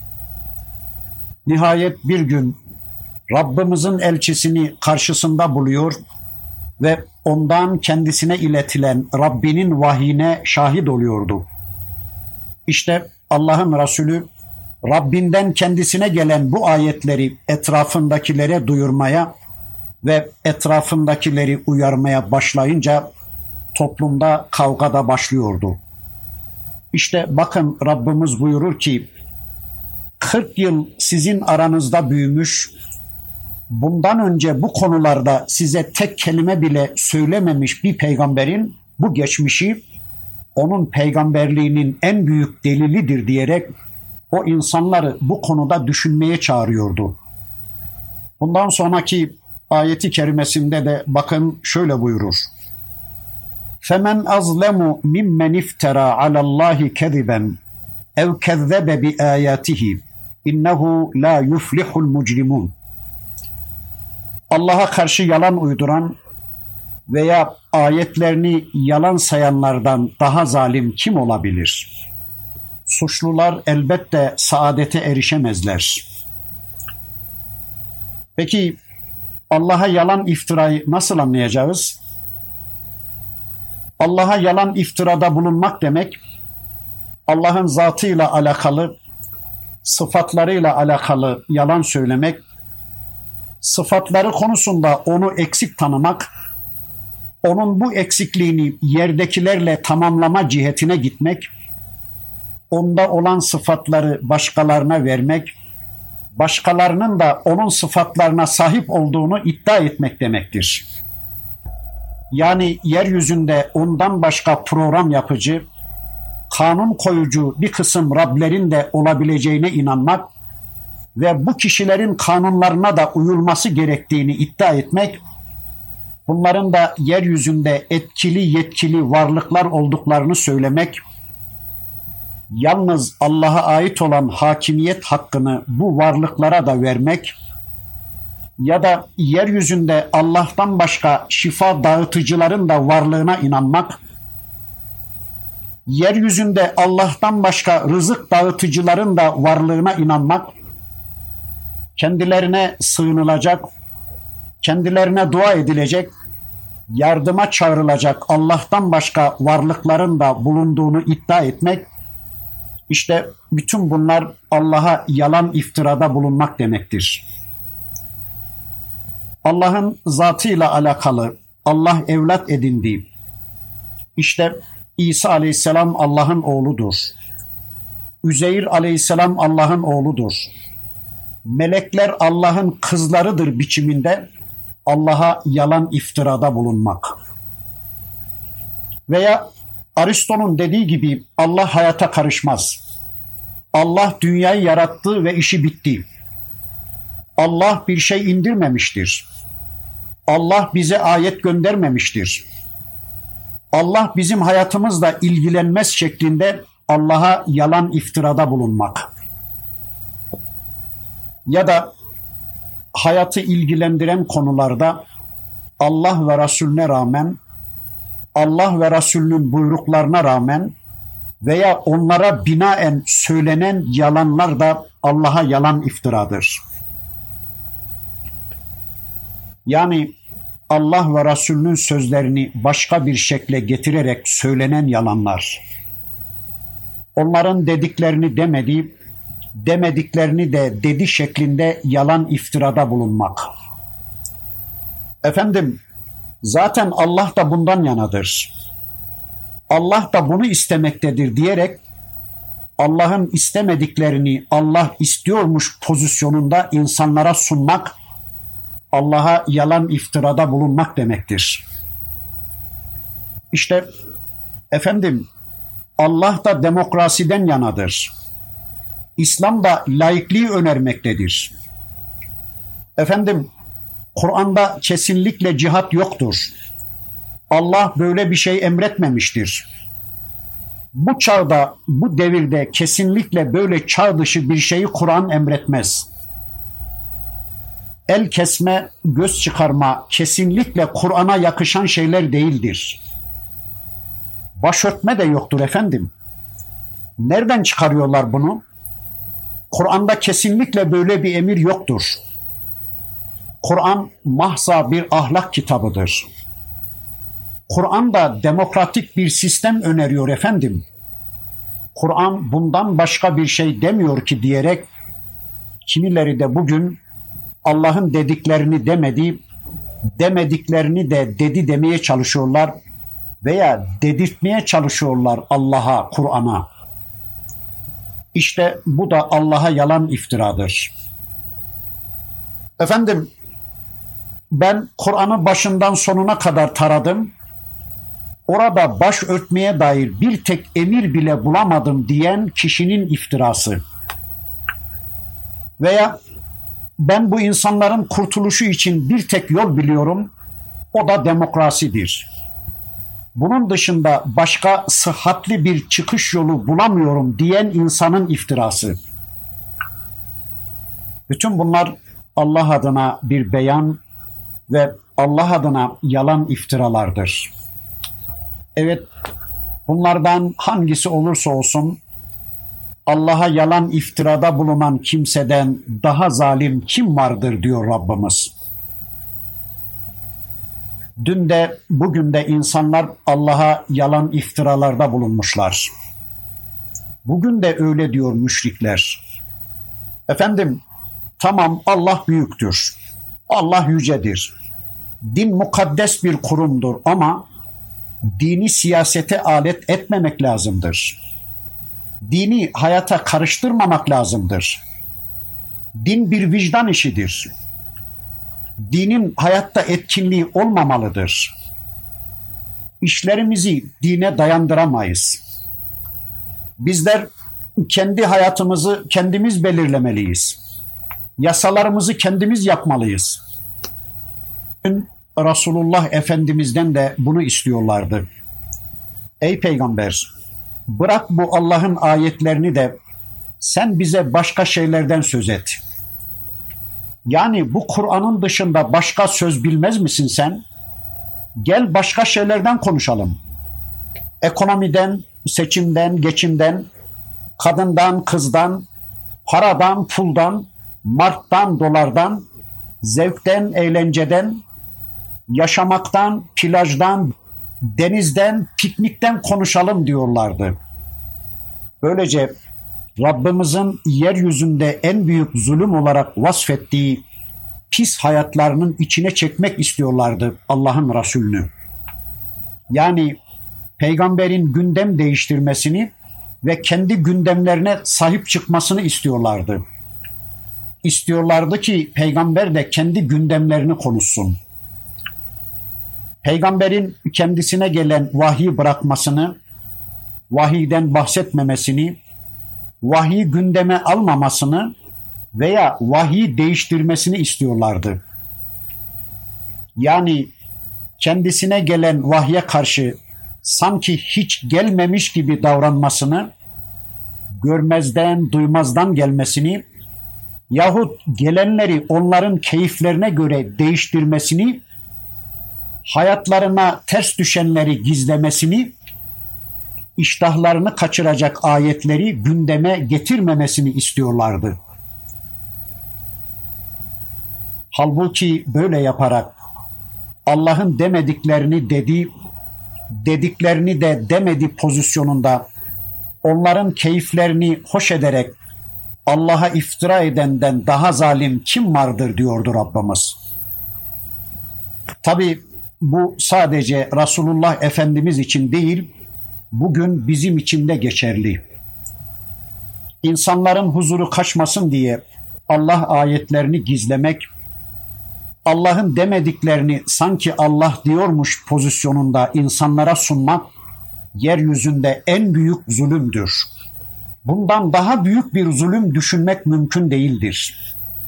Nihayet bir gün Rabbimizin elçisini karşısında buluyor ve ondan kendisine iletilen Rabbinin vahyine şahit oluyordu. İşte Allah'ın Resulü Rabbinden kendisine gelen bu ayetleri etrafındakilere duyurmaya ve etrafındakileri uyarmaya başlayınca toplumda kavga da başlıyordu. İşte bakın Rabbimiz buyurur ki 40 yıl sizin aranızda büyümüş, bundan önce bu konularda size tek kelime bile söylememiş bir peygamberin bu geçmişi onun peygamberliğinin en büyük delilidir diyerek o insanları bu konuda düşünmeye çağırıyordu. Bundan sonraki ayeti kerimesinde de bakın şöyle buyurur. فَمَنْ أَظْلَمُ مِمَّنْ اِفْتَرَى عَلَى اللّٰهِ كَذِبًا اَوْ كَذَّبَ بِآيَاتِهِ اِنَّهُ لَا يُفْلِحُ الْمُجْرِمُونَ. Allah'a karşı yalan uyduran veya ayetlerini yalan sayanlardan daha zalim kim olabilir? Suçlular elbette saadete erişemezler. Peki Allah'a yalan iftirayı nasıl anlayacağız? Allah'a yalan iftirada bulunmak demek, Allah'ın zatıyla alakalı, sıfatlarıyla alakalı yalan söylemek, sıfatları konusunda onu eksik tanımak, onun bu eksikliğini yerdekilerle tamamlama cihetine gitmek, onda olan sıfatları başkalarına vermek, başkalarının da onun sıfatlarına sahip olduğunu iddia etmek demektir. Yani yeryüzünde ondan başka program yapıcı, kanun koyucu bir kısım Rablerin de olabileceğine inanmak ve bu kişilerin kanunlarına da uyulması gerektiğini iddia etmek, bunların da yeryüzünde etkili yetkili varlıklar olduklarını söylemek, yalnız Allah'a ait olan hakimiyet hakkını bu varlıklara da vermek ya da yeryüzünde Allah'tan başka şifa dağıtıcıların da varlığına inanmak, yeryüzünde Allah'tan başka rızık dağıtıcıların da varlığına inanmak, kendilerine sığınılacak, kendilerine dua edilecek, yardıma çağrılacak Allah'tan başka varlıkların da bulunduğunu iddia etmek, işte bütün bunlar Allah'a yalan iftirada bulunmak demektir. Allah'ın zatıyla alakalı Allah evlat edindi. İşte İsa aleyhisselam Allah'ın oğludur. Üzeyr aleyhisselam Allah'ın oğludur. Melekler Allah'ın kızlarıdır biçiminde Allah'a yalan iftirada bulunmak. Veya Aristo'nun dediği gibi Allah hayata karışmaz. Allah dünyayı yarattı ve işi bitti. Allah bir şey indirmemiştir. Allah bize ayet göndermemiştir. Allah bizim hayatımızla ilgilenmez şeklinde Allah'a yalan iftirada bulunmak. Ya da hayatı ilgilendiren konularda Allah ve Resulüne rağmen, Allah ve Resulünün buyruklarına rağmen veya onlara binaen söylenen yalanlar da Allah'a yalan iftiradır. Yani Allah ve Resulünün sözlerini başka bir şekle getirerek söylenen yalanlar. Onların dediklerini demedi, demediklerini de dedi şeklinde yalan iftirada bulunmak. Efendim, zaten Allah da bundan yanadır. Allah da bunu istemektedir diyerek Allah'ın istemediklerini Allah istiyormuş pozisyonunda insanlara sunmak, Allah'a yalan iftirada bulunmak demektir. İşte efendim, Allah da demokrasiden yanadır. İslam da laikliği önermektedir. Efendim, Kur'an'da kesinlikle cihat yoktur. Allah böyle bir şey emretmemiştir. Bu çağda, bu devirde kesinlikle böyle çağ dışı bir şeyi Kur'an emretmez. El kesme, göz çıkarma kesinlikle Kur'an'a yakışan şeyler değildir. Başörtme de yoktur efendim. Nereden çıkarıyorlar bunu? Kur'an'da kesinlikle böyle bir emir yoktur. Kur'an mahza bir ahlak kitabıdır. Kur'an da demokratik bir sistem öneriyor efendim. Kur'an bundan başka bir şey demiyor ki diyerek kimileri de bugün Allah'ın dediklerini demedi, demediklerini de dedi demeye çalışıyorlar veya dedirtmeye çalışıyorlar Allah'a, Kur'an'a. İşte bu da Allah'a yalan iftiradır. Efendim, ben Kur'an'ı başından sonuna kadar taradım. Orada baş örtmeye dair bir tek emir bile bulamadım diyen kişinin iftirası. Veya ben bu insanların kurtuluşu için bir tek yol biliyorum, o da demokrasidir. Bunun dışında başka sıhhatli bir çıkış yolu bulamıyorum diyen insanın iftirası. Bütün bunlar Allah adına bir beyan ve Allah adına yalan iftiralardır. Evet, bunlardan hangisi olursa olsun Allah'a yalan iftirada bulunan kimseden daha zalim kim vardır diyor Rabbimiz. Dün de bugün de insanlar Allah'a yalan iftiralarda bulunmuşlar. Bugün de öyle diyor müşrikler. Efendim, tamam Allah büyüktür. Allah yücedir. Din mukaddes bir kurumdur ama dini siyasete alet etmemek lazımdır. Dini hayata karıştırmamak lazımdır. Din bir vicdan işidir. Dinin hayatta etkinliği olmamalıdır. İşlerimizi dine dayandıramayız. Bizler kendi hayatımızı kendimiz belirlemeliyiz. Yasalarımızı kendimiz yapmalıyız. Resulullah Efendimiz'den de bunu istiyorlardı. Ey peygamber, bırak bu Allah'ın ayetlerini de sen bize başka şeylerden söz et. Yani bu Kur'an'ın dışında başka söz bilmez misin sen? Gel başka şeylerden konuşalım. Ekonomiden, seçimden, geçimden, kadından, kızdan, paradan, puldan, marktan, dolardan, zevkten, eğlenceden, yaşamaktan, plajdan, denizden, piknikten konuşalım diyorlardı. Böylece Rabbimizin yeryüzünde en büyük zulüm olarak vasfettiği pis hayatlarının içine çekmek istiyorlardı Allah'ın Resulünü. Yani peygamberin gündem değiştirmesini ve kendi gündemlerine sahip çıkmasını istiyorlardı. İstiyorlardı ki peygamber de kendi gündemlerini konuşsun. Peygamberin kendisine gelen vahiy bırakmasını, vahiyden bahsetmemesini, vahiy gündeme almamasını veya vahiy değiştirmesini istiyorlardı. Yani kendisine gelen vahye karşı sanki hiç gelmemiş gibi davranmasını, görmezden, duymazdan gelmesini yahut gelenleri onların keyiflerine göre değiştirmesini, hayatlarına ters düşenleri gizlemesini, iştahlarını kaçıracak ayetleri gündeme getirmemesini istiyorlardı. Halbuki böyle yaparak Allah'ın demediklerini dedi, dediklerini de demedi pozisyonunda onların keyiflerini hoş ederek Allah'a iftira edenden daha zalim kim vardır diyordu Rabbimiz. Tabi bu sadece Resulullah Efendimiz için değil, bugün bizim için de geçerli. İnsanların huzuru kaçmasın diye Allah ayetlerini gizlemek, Allah'ın demediklerini sanki Allah diyormuş pozisyonunda insanlara sunmak yeryüzünde en büyük zulümdür. Bundan daha büyük bir zulüm düşünmek mümkün değildir.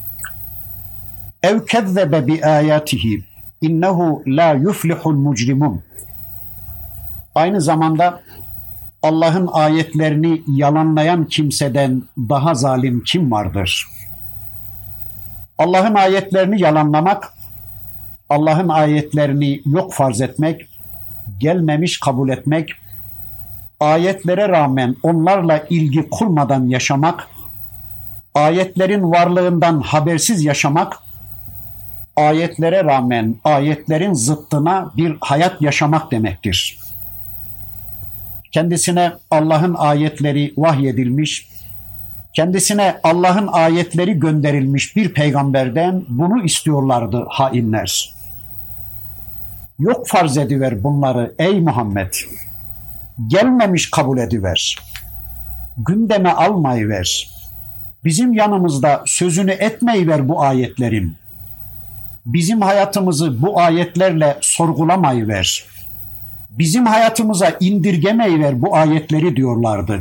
Ev kezzebe bi ayatihi innehu la yuflihul mucrimun. Aynı zamanda Allah'ın ayetlerini yalanlayan kimseden daha zalim kim vardır? Allah'ın ayetlerini yalanlamak, Allah'ın ayetlerini yok farz etmek, gelmemiş kabul etmek, ayetlere rağmen onlarla ilgi kurmadan yaşamak, ayetlerin varlığından habersiz yaşamak, ayetlere rağmen ayetlerin zıttına bir hayat yaşamak demektir. Kendisine Allah'ın ayetleri vahyedilmiş, kendisine Allah'ın ayetleri gönderilmiş bir peygamberden bunu istiyorlardı hainler. Yok farz ediver bunları ey Muhammed. Gelmemiş kabul ediver. Gündeme almayıver. Bizim yanımızda sözünü etmeyiver bu ayetlerin. Bizim hayatımızı bu ayetlerle sorgulamayıver. Bizim hayatımıza indirgemeyiver bu ayetleri diyorlardı.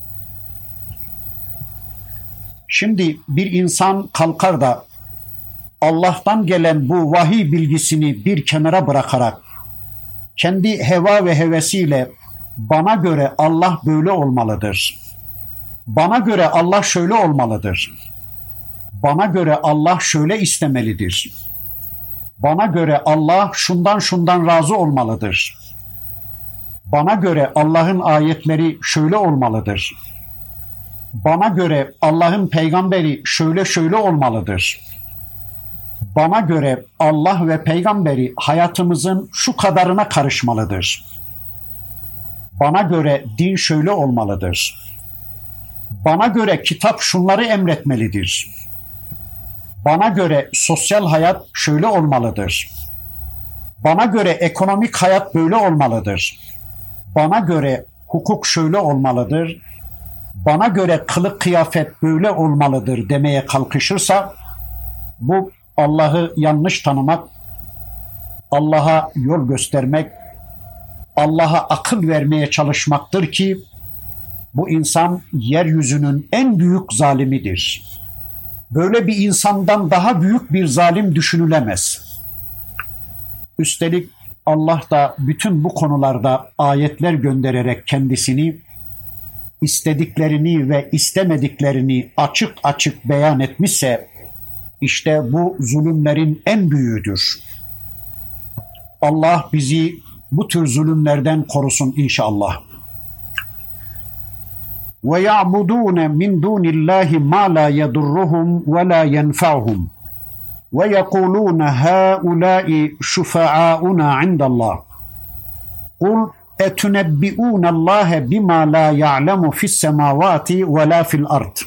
Şimdi bir insan kalkar da Allah'tan gelen bu vahiy bilgisini bir kenara bırakarak kendi heva ve hevesiyle bana göre Allah böyle olmalıdır. Bana göre Allah şöyle olmalıdır. Bana göre Allah şöyle istemelidir. Bana göre Allah şundan razı olmalıdır. Bana göre Allah'ın ayetleri şöyle olmalıdır. Bana göre Allah'ın peygamberi şöyle olmalıdır. Bana göre Allah ve peygamberi hayatımızın şu kadarına karışmalıdır. Bana göre din şöyle olmalıdır. Bana göre kitap şunları emretmelidir. Bana göre sosyal hayat şöyle olmalıdır. Bana göre ekonomik hayat böyle olmalıdır. Bana göre hukuk şöyle olmalıdır. Bana göre kılık kıyafet böyle olmalıdır demeye kalkışırsa bu Allah'ı yanlış tanımak, Allah'a yol göstermek, Allah'a akıl vermeye çalışmaktır ki bu insan yeryüzünün en büyük zalimidir. Böyle bir insandan daha büyük bir zalim düşünülemez. Üstelik Allah da bütün bu konularda ayetler göndererek kendisini, istediklerini ve istemediklerini açık açık beyan etmişse işte bu zulümlerin en büyüğüdür. Allah bizi bu tür zulümlerden korusun inşallah. وَيَعْبُدُونَ مِنْ دُونِ اللّٰهِ مَا لَا يَضُرُّهُمْ وَلَا يَنْفَعُهُمْ وَيَقُولُونَ هَؤُلَاءِ شُفَعَاؤُنَا عِنْدَ اللّٰهِ قُلْ اَتُنَبِّئُونَ اللّٰهَ بِمَا لَا يَعْلَمُ فِي السَّمَاوَاتِ وَلَا فِي الْأَرْضِ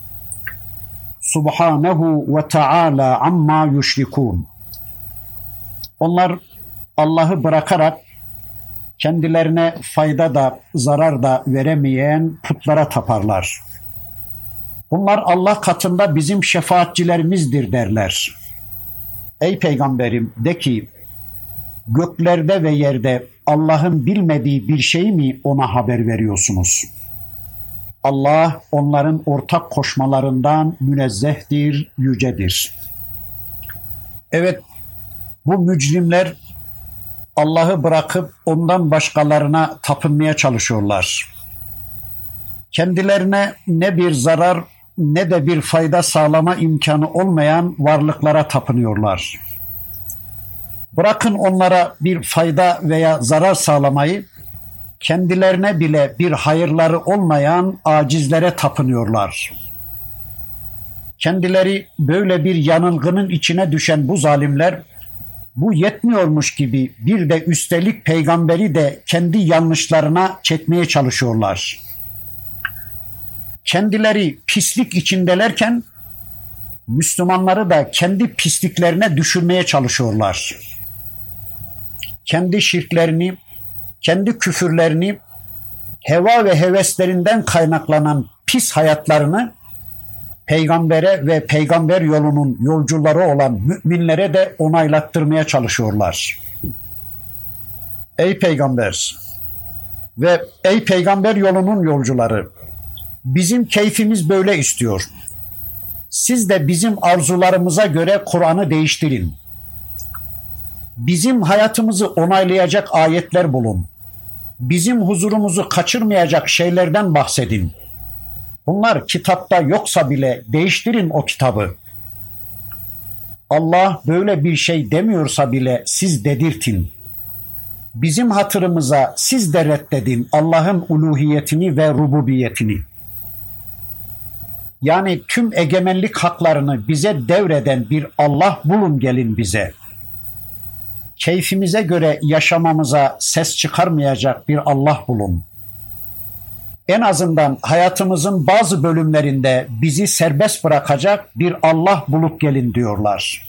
Subhanahu ve Teala amma yüşrikûn. Onlar Allah'ı bırakarak kendilerine fayda da zarar da veremeyen putlara taparlar. Bunlar Allah katında bizim şefaatçilerimizdir derler. Ey peygamberim de ki, göklerde ve yerde Allah'ın bilmediği bir şey mi ona haber veriyorsunuz? Allah onların ortak koşmalarından münezzehtir, yücedir. Evet, bu mücrimler Allah'ı bırakıp ondan başkalarına tapınmaya çalışıyorlar. Kendilerine ne bir zarar ne de bir fayda sağlama imkanı olmayan varlıklara tapınıyorlar. Bırakın onlara bir fayda veya zarar sağlamayı, kendilerine bile bir hayırları olmayan acizlere tapınıyorlar. Kendileri böyle bir yanılgının içine düşen bu zalimler, bu yetmiyormuş gibi bir de üstelik peygamberi de kendi yanlışlarına çekmeye çalışıyorlar. Kendileri pislik içindelerken, Müslümanları da kendi pisliklerine düşürmeye çalışıyorlar. Kendi şirklerini, kendi küfürlerini, heva ve heveslerinden kaynaklanan pis hayatlarını peygambere ve peygamber yolunun yolcuları olan müminlere de onaylattırmaya çalışıyorlar. Ey peygamber ve ey peygamber yolunun yolcuları, bizim keyfimiz böyle istiyor. Siz de bizim arzularımıza göre Kur'an'ı değiştirin. Bizim hayatımızı onaylayacak ayetler bulun. Bizim huzurumuzu kaçırmayacak şeylerden bahsedin. Bunlar kitapta yoksa bile değiştirin o kitabı. Allah böyle bir şey demiyorsa bile siz dedirtin. Bizim hatırımıza siz de reddedin Allah'ın uluhiyetini ve rububiyetini. Yani tüm egemenlik haklarını bize devreden bir Allah bulun gelin bize. Keyfimize göre yaşamamıza ses çıkarmayacak bir Allah bulun. En azından hayatımızın bazı bölümlerinde bizi serbest bırakacak bir Allah bulup gelin diyorlar.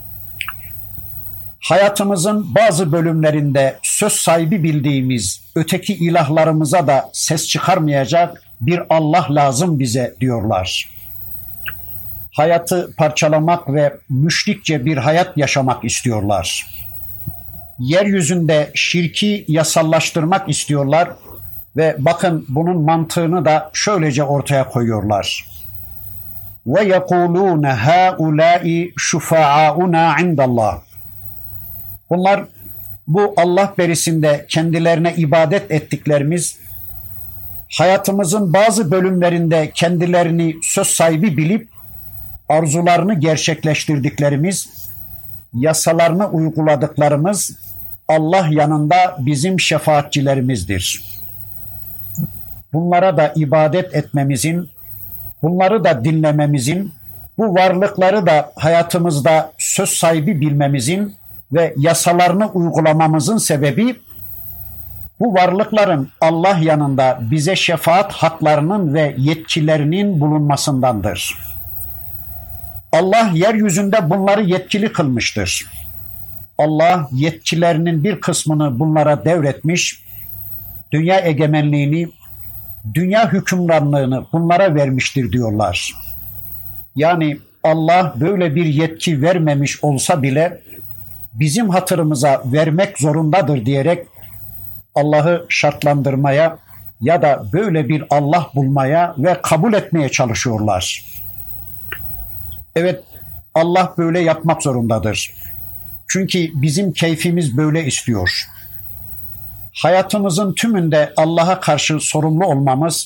Hayatımızın bazı bölümlerinde söz sahibi bildiğimiz öteki ilahlarımıza da ses çıkarmayacak bir Allah lazım bize diyorlar. Hayatı parçalamak ve müşrikçe bir hayat yaşamak istiyorlar. Yeryüzünde şirki yasallaştırmak istiyorlar ve bakın bunun mantığını da şöylece ortaya koyuyorlar. Ve yekulûne hâulâi şufa'auna indallah. Bunlar bu Allah berisinde kendilerine ibadet ettiklerimiz, hayatımızın bazı bölümlerinde kendilerini söz sahibi bilip arzularını gerçekleştirdiklerimiz, yasalarını uyguladıklarımız Allah yanında bizim şefaatçilerimizdir. Bunlara da ibadet etmemizin, bunları da dinlememizin, bu varlıkları da hayatımızda söz sahibi bilmemizin ve yasalarını uygulamamızın sebebi bu varlıkların Allah yanında bize şefaat haklarının ve yetkilerinin bulunmasındandır. Allah yeryüzünde bunları yetkili kılmıştır. Allah yetkilerinin bir kısmını bunlara devretmiş, dünya egemenliğini, dünya hükümranlığını bunlara vermiştir diyorlar. Yani Allah böyle bir yetki vermemiş olsa bile bizim hatırımıza vermek zorundadır diyerek Allah'ı şartlandırmaya ya da böyle bir Allah bulmaya ve kabul etmeye çalışıyorlar. Evet, Allah böyle yapmak zorundadır. Çünkü bizim keyfimiz böyle istiyor. Hayatımızın tümünde Allah'a karşı sorumlu olmamız,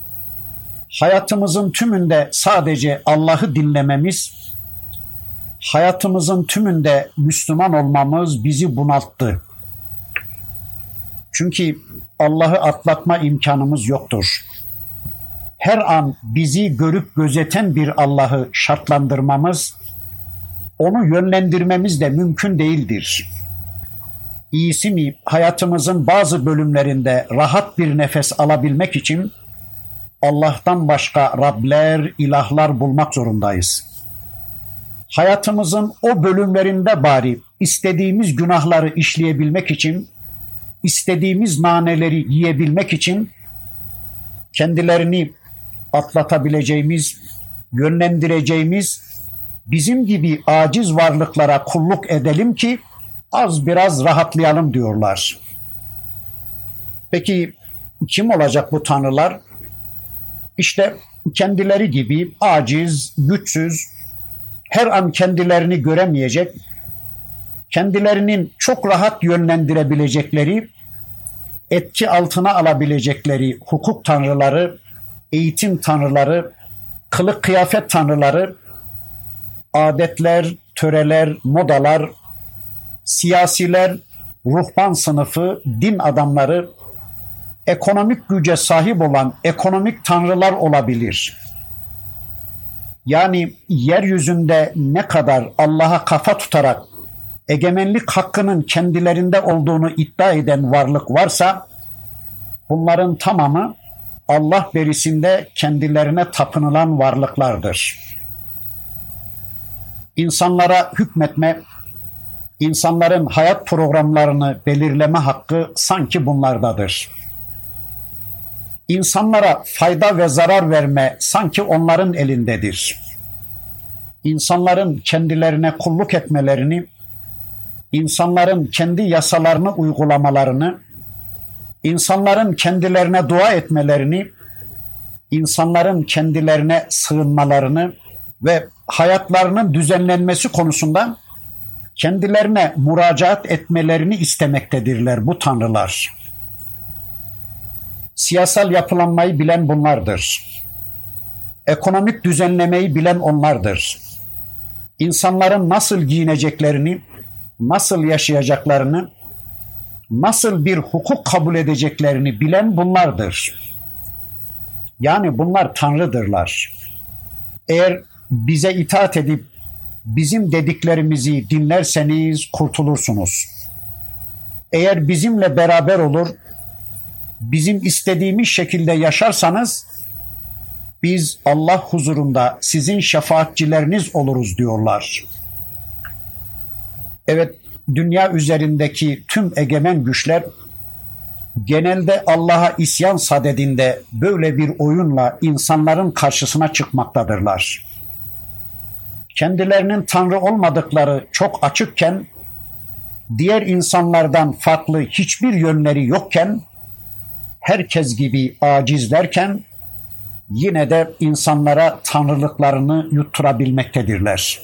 hayatımızın tümünde sadece Allah'ı dinlememiz, hayatımızın tümünde Müslüman olmamız bizi bunalttı. Çünkü Allah'ı atlatma imkanımız yoktur. her an bizi görüp gözeten bir Allah'ı şartlandırmamız, onu yönlendirmemiz de mümkün değildir. İyisi mi hayatımızın bazı bölümlerinde rahat bir nefes alabilmek için Allah'tan başka Rabler, ilahlar bulmak zorundayız. Hayatımızın o bölümlerinde bari istediğimiz günahları işleyebilmek için, istediğimiz naneleri yiyebilmek için kendilerini atlatabileceğimiz, yönlendireceğimiz, bizim gibi aciz varlıklara kulluk edelim ki az biraz rahatlayalım diyorlar. Peki kim olacak bu tanrılar? İşte kendileri gibi aciz, güçsüz, her an kendilerini göremeyecek, kendilerinin çok rahat yönlendirebilecekleri, etki altına alabilecekleri hukuk tanrıları, eğitim tanrıları, kılık kıyafet tanrıları, adetler, töreler, modalar, siyasiler, ruhban sınıfı, din adamları, ekonomik güce sahip olan ekonomik tanrılar olabilir. Yani yeryüzünde ne kadar Allah'a kafa tutarak egemenlik hakkının kendilerinde olduğunu iddia eden varlık varsa, bunların tamamı Allah berisinde kendilerine tapınılan varlıklardır. İnsanlara hükmetme, insanların hayat programlarını belirleme hakkı sanki bunlardadır. İnsanlara fayda ve zarar verme sanki onların elindedir. İnsanların kendilerine kulluk etmelerini, insanların kendi yasalarını uygulamalarını, insanların kendilerine dua etmelerini, insanların kendilerine sığınmalarını ve hayatlarının düzenlenmesi konusunda kendilerine müracaat etmelerini istemektedirler bu tanrılar. Siyasal yapılanmayı bilen bunlardır. Ekonomik düzenlemeyi bilen onlardır. İnsanların nasıl giyineceklerini, nasıl yaşayacaklarını, nasıl bir hukuk kabul edeceklerini bilen bunlardır. Yani bunlar tanrıdırlar. Eğer bize itaat edip bizim dediklerimizi dinlerseniz kurtulursunuz. Eğer bizimle beraber olur, bizim istediğimiz şekilde yaşarsanız biz Allah huzurunda sizin şefaatçileriniz oluruz diyorlar. Evet, dünya üzerindeki tüm egemen güçler genelde Allah'a isyan sadedinde böyle bir oyunla insanların karşısına çıkmaktadırlar. Kendilerinin tanrı olmadıkları çok açıkken, diğer insanlardan farklı hiçbir yönleri yokken, herkes gibi acizlerken yine de insanlara tanrılıklarını yutturabilmektedirler.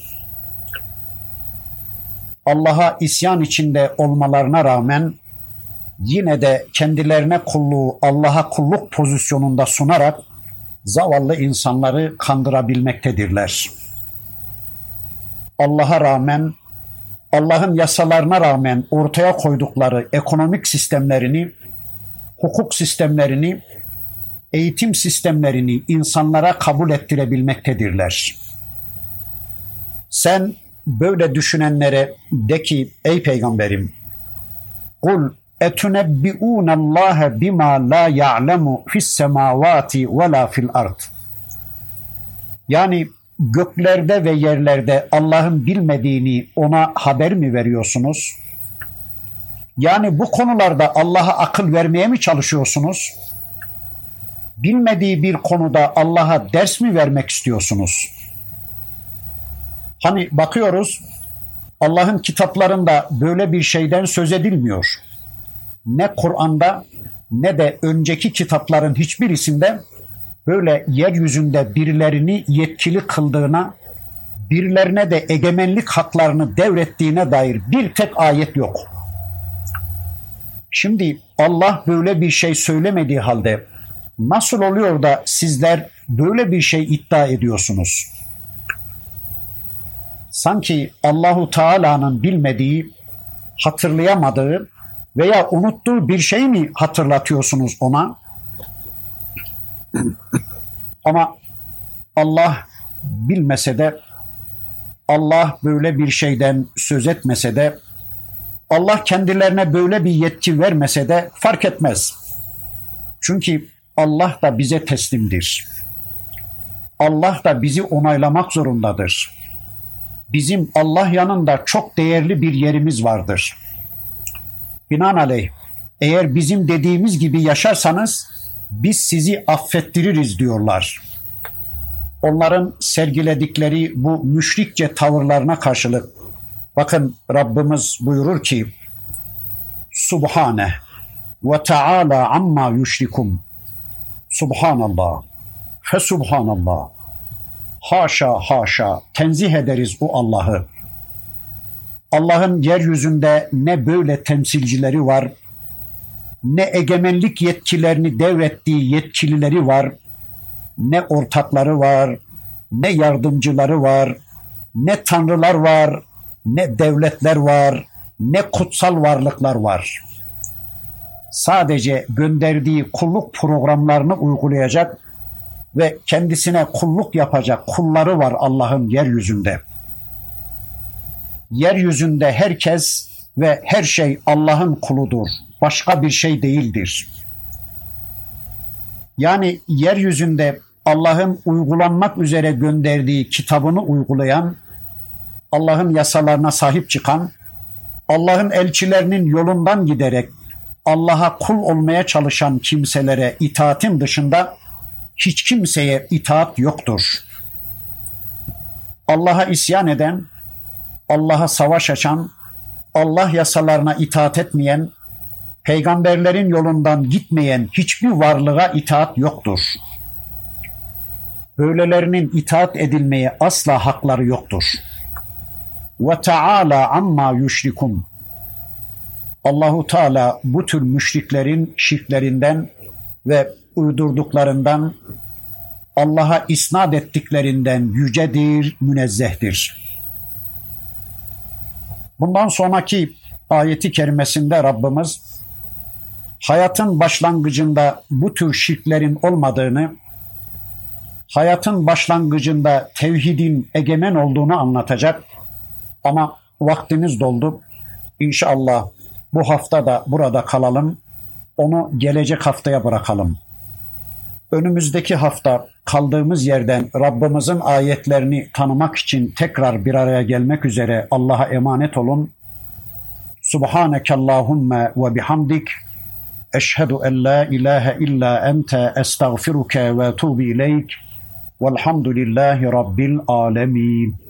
Allah'a isyan içinde olmalarına rağmen yine de kendilerine kulluğu Allah'a kulluk pozisyonunda sunarak zavallı insanları kandırabilmektedirler. Allah'a rağmen, Allah'ın yasalarına rağmen ortaya koydukları ekonomik sistemlerini, hukuk sistemlerini, eğitim sistemlerini insanlara kabul ettirebilmektedirler. Sen böyle düşünenlere de ki ey peygamberim, kul etunebbi'ûnallâhe bimâ lâ ya'lemu fissemâvâti ve lâ fil ard. Yani göklerde ve yerlerde Allah'ın bilmediğini ona haber mi veriyorsunuz? Yani bu konularda Allah'a akıl vermeye mi çalışıyorsunuz? Bilmediği bir konuda Allah'a ders mi vermek istiyorsunuz? Hani bakıyoruz, Allah'ın kitaplarında böyle bir şeyden söz edilmiyor. Ne Kur'an'da ne de önceki kitapların hiçbirisinde böyle yeryüzünde birilerini yetkili kıldığına, birilerine de egemenlik haklarını devrettiğine dair bir tek ayet yok. Şimdi Allah böyle bir şey söylemediği halde nasıl oluyor da sizler böyle bir şey iddia ediyorsunuz? Sanki Allahu Teala'nın bilmediği, hatırlayamadığı veya unuttuğu bir şey mi hatırlatıyorsunuz ona? Ama Allah bilmese de, Allah böyle bir şeyden söz etmese de, Allah kendilerine böyle bir yetki vermese de fark etmez. Çünkü Allah da bize teslimdir. Allah da bizi onaylamak zorundadır. Bizim Allah yanında çok değerli bir yerimiz vardır. Binaenaleyh eğer bizim dediğimiz gibi yaşarsanız biz sizi affettiririz diyorlar. Onların sergiledikleri bu müşrikçe tavırlarına karşılık bakın Rabbimiz buyurur ki Subhane ve Teala amma yüşrikum. Subhanallah fe subhanallah. Haşa haşa tenzih ederiz o Allah'ı. Allah'ın yeryüzünde ne böyle temsilcileri var, ne egemenlik yetkilerini devrettiği yetkilileri var, ne ortakları var, ne yardımcıları var, ne tanrılar var, ne devletler var, ne kutsal varlıklar var. Sadece gönderdiği kulluk programlarını uygulayacak ve kendisine kulluk yapacak kulları var Allah'ın yeryüzünde. Yeryüzünde herkes ve her şey Allah'ın kuludur. Başka bir şey değildir. Yani yeryüzünde Allah'ın uygulanmak üzere gönderdiği kitabını uygulayan, Allah'ın yasalarına sahip çıkan, Allah'ın elçilerinin yolundan giderek Allah'a kul olmaya çalışan kimselere itaatin dışında hiç kimseye itaat yoktur. Allah'a isyan eden, Allah'a savaş açan, Allah yasalarına itaat etmeyen, peygamberlerin yolundan gitmeyen hiçbir varlığa itaat yoktur. Böylelerinin itaat edilmeye asla hakları yoktur. Ve Teala amma yüşrikum. Allahu Teala bu tür müşriklerin şirklerinden ve uydurduklarından, Allah'a isnat ettiklerinden yücedir, münezzehtir. Bundan sonraki ayeti kerimesinde Rabbimiz hayatın başlangıcında bu tür şirklerin olmadığını, hayatın başlangıcında tevhidin egemen olduğunu anlatacak. Ama vaktimiz doldu. İnşallah bu hafta da burada kalalım. Onu gelecek haftaya bırakalım. Önümüzdeki hafta kaldığımız yerden Rabbimizin ayetlerini tanımak için tekrar bir araya gelmek üzere Allah'a emanet olun. Subhanekallahumma ve bihamdik. Eşhedü en la ilahe illa ente estağfiruke ve etûbü ileyk. Velhamdülillahi Rabbil alemin.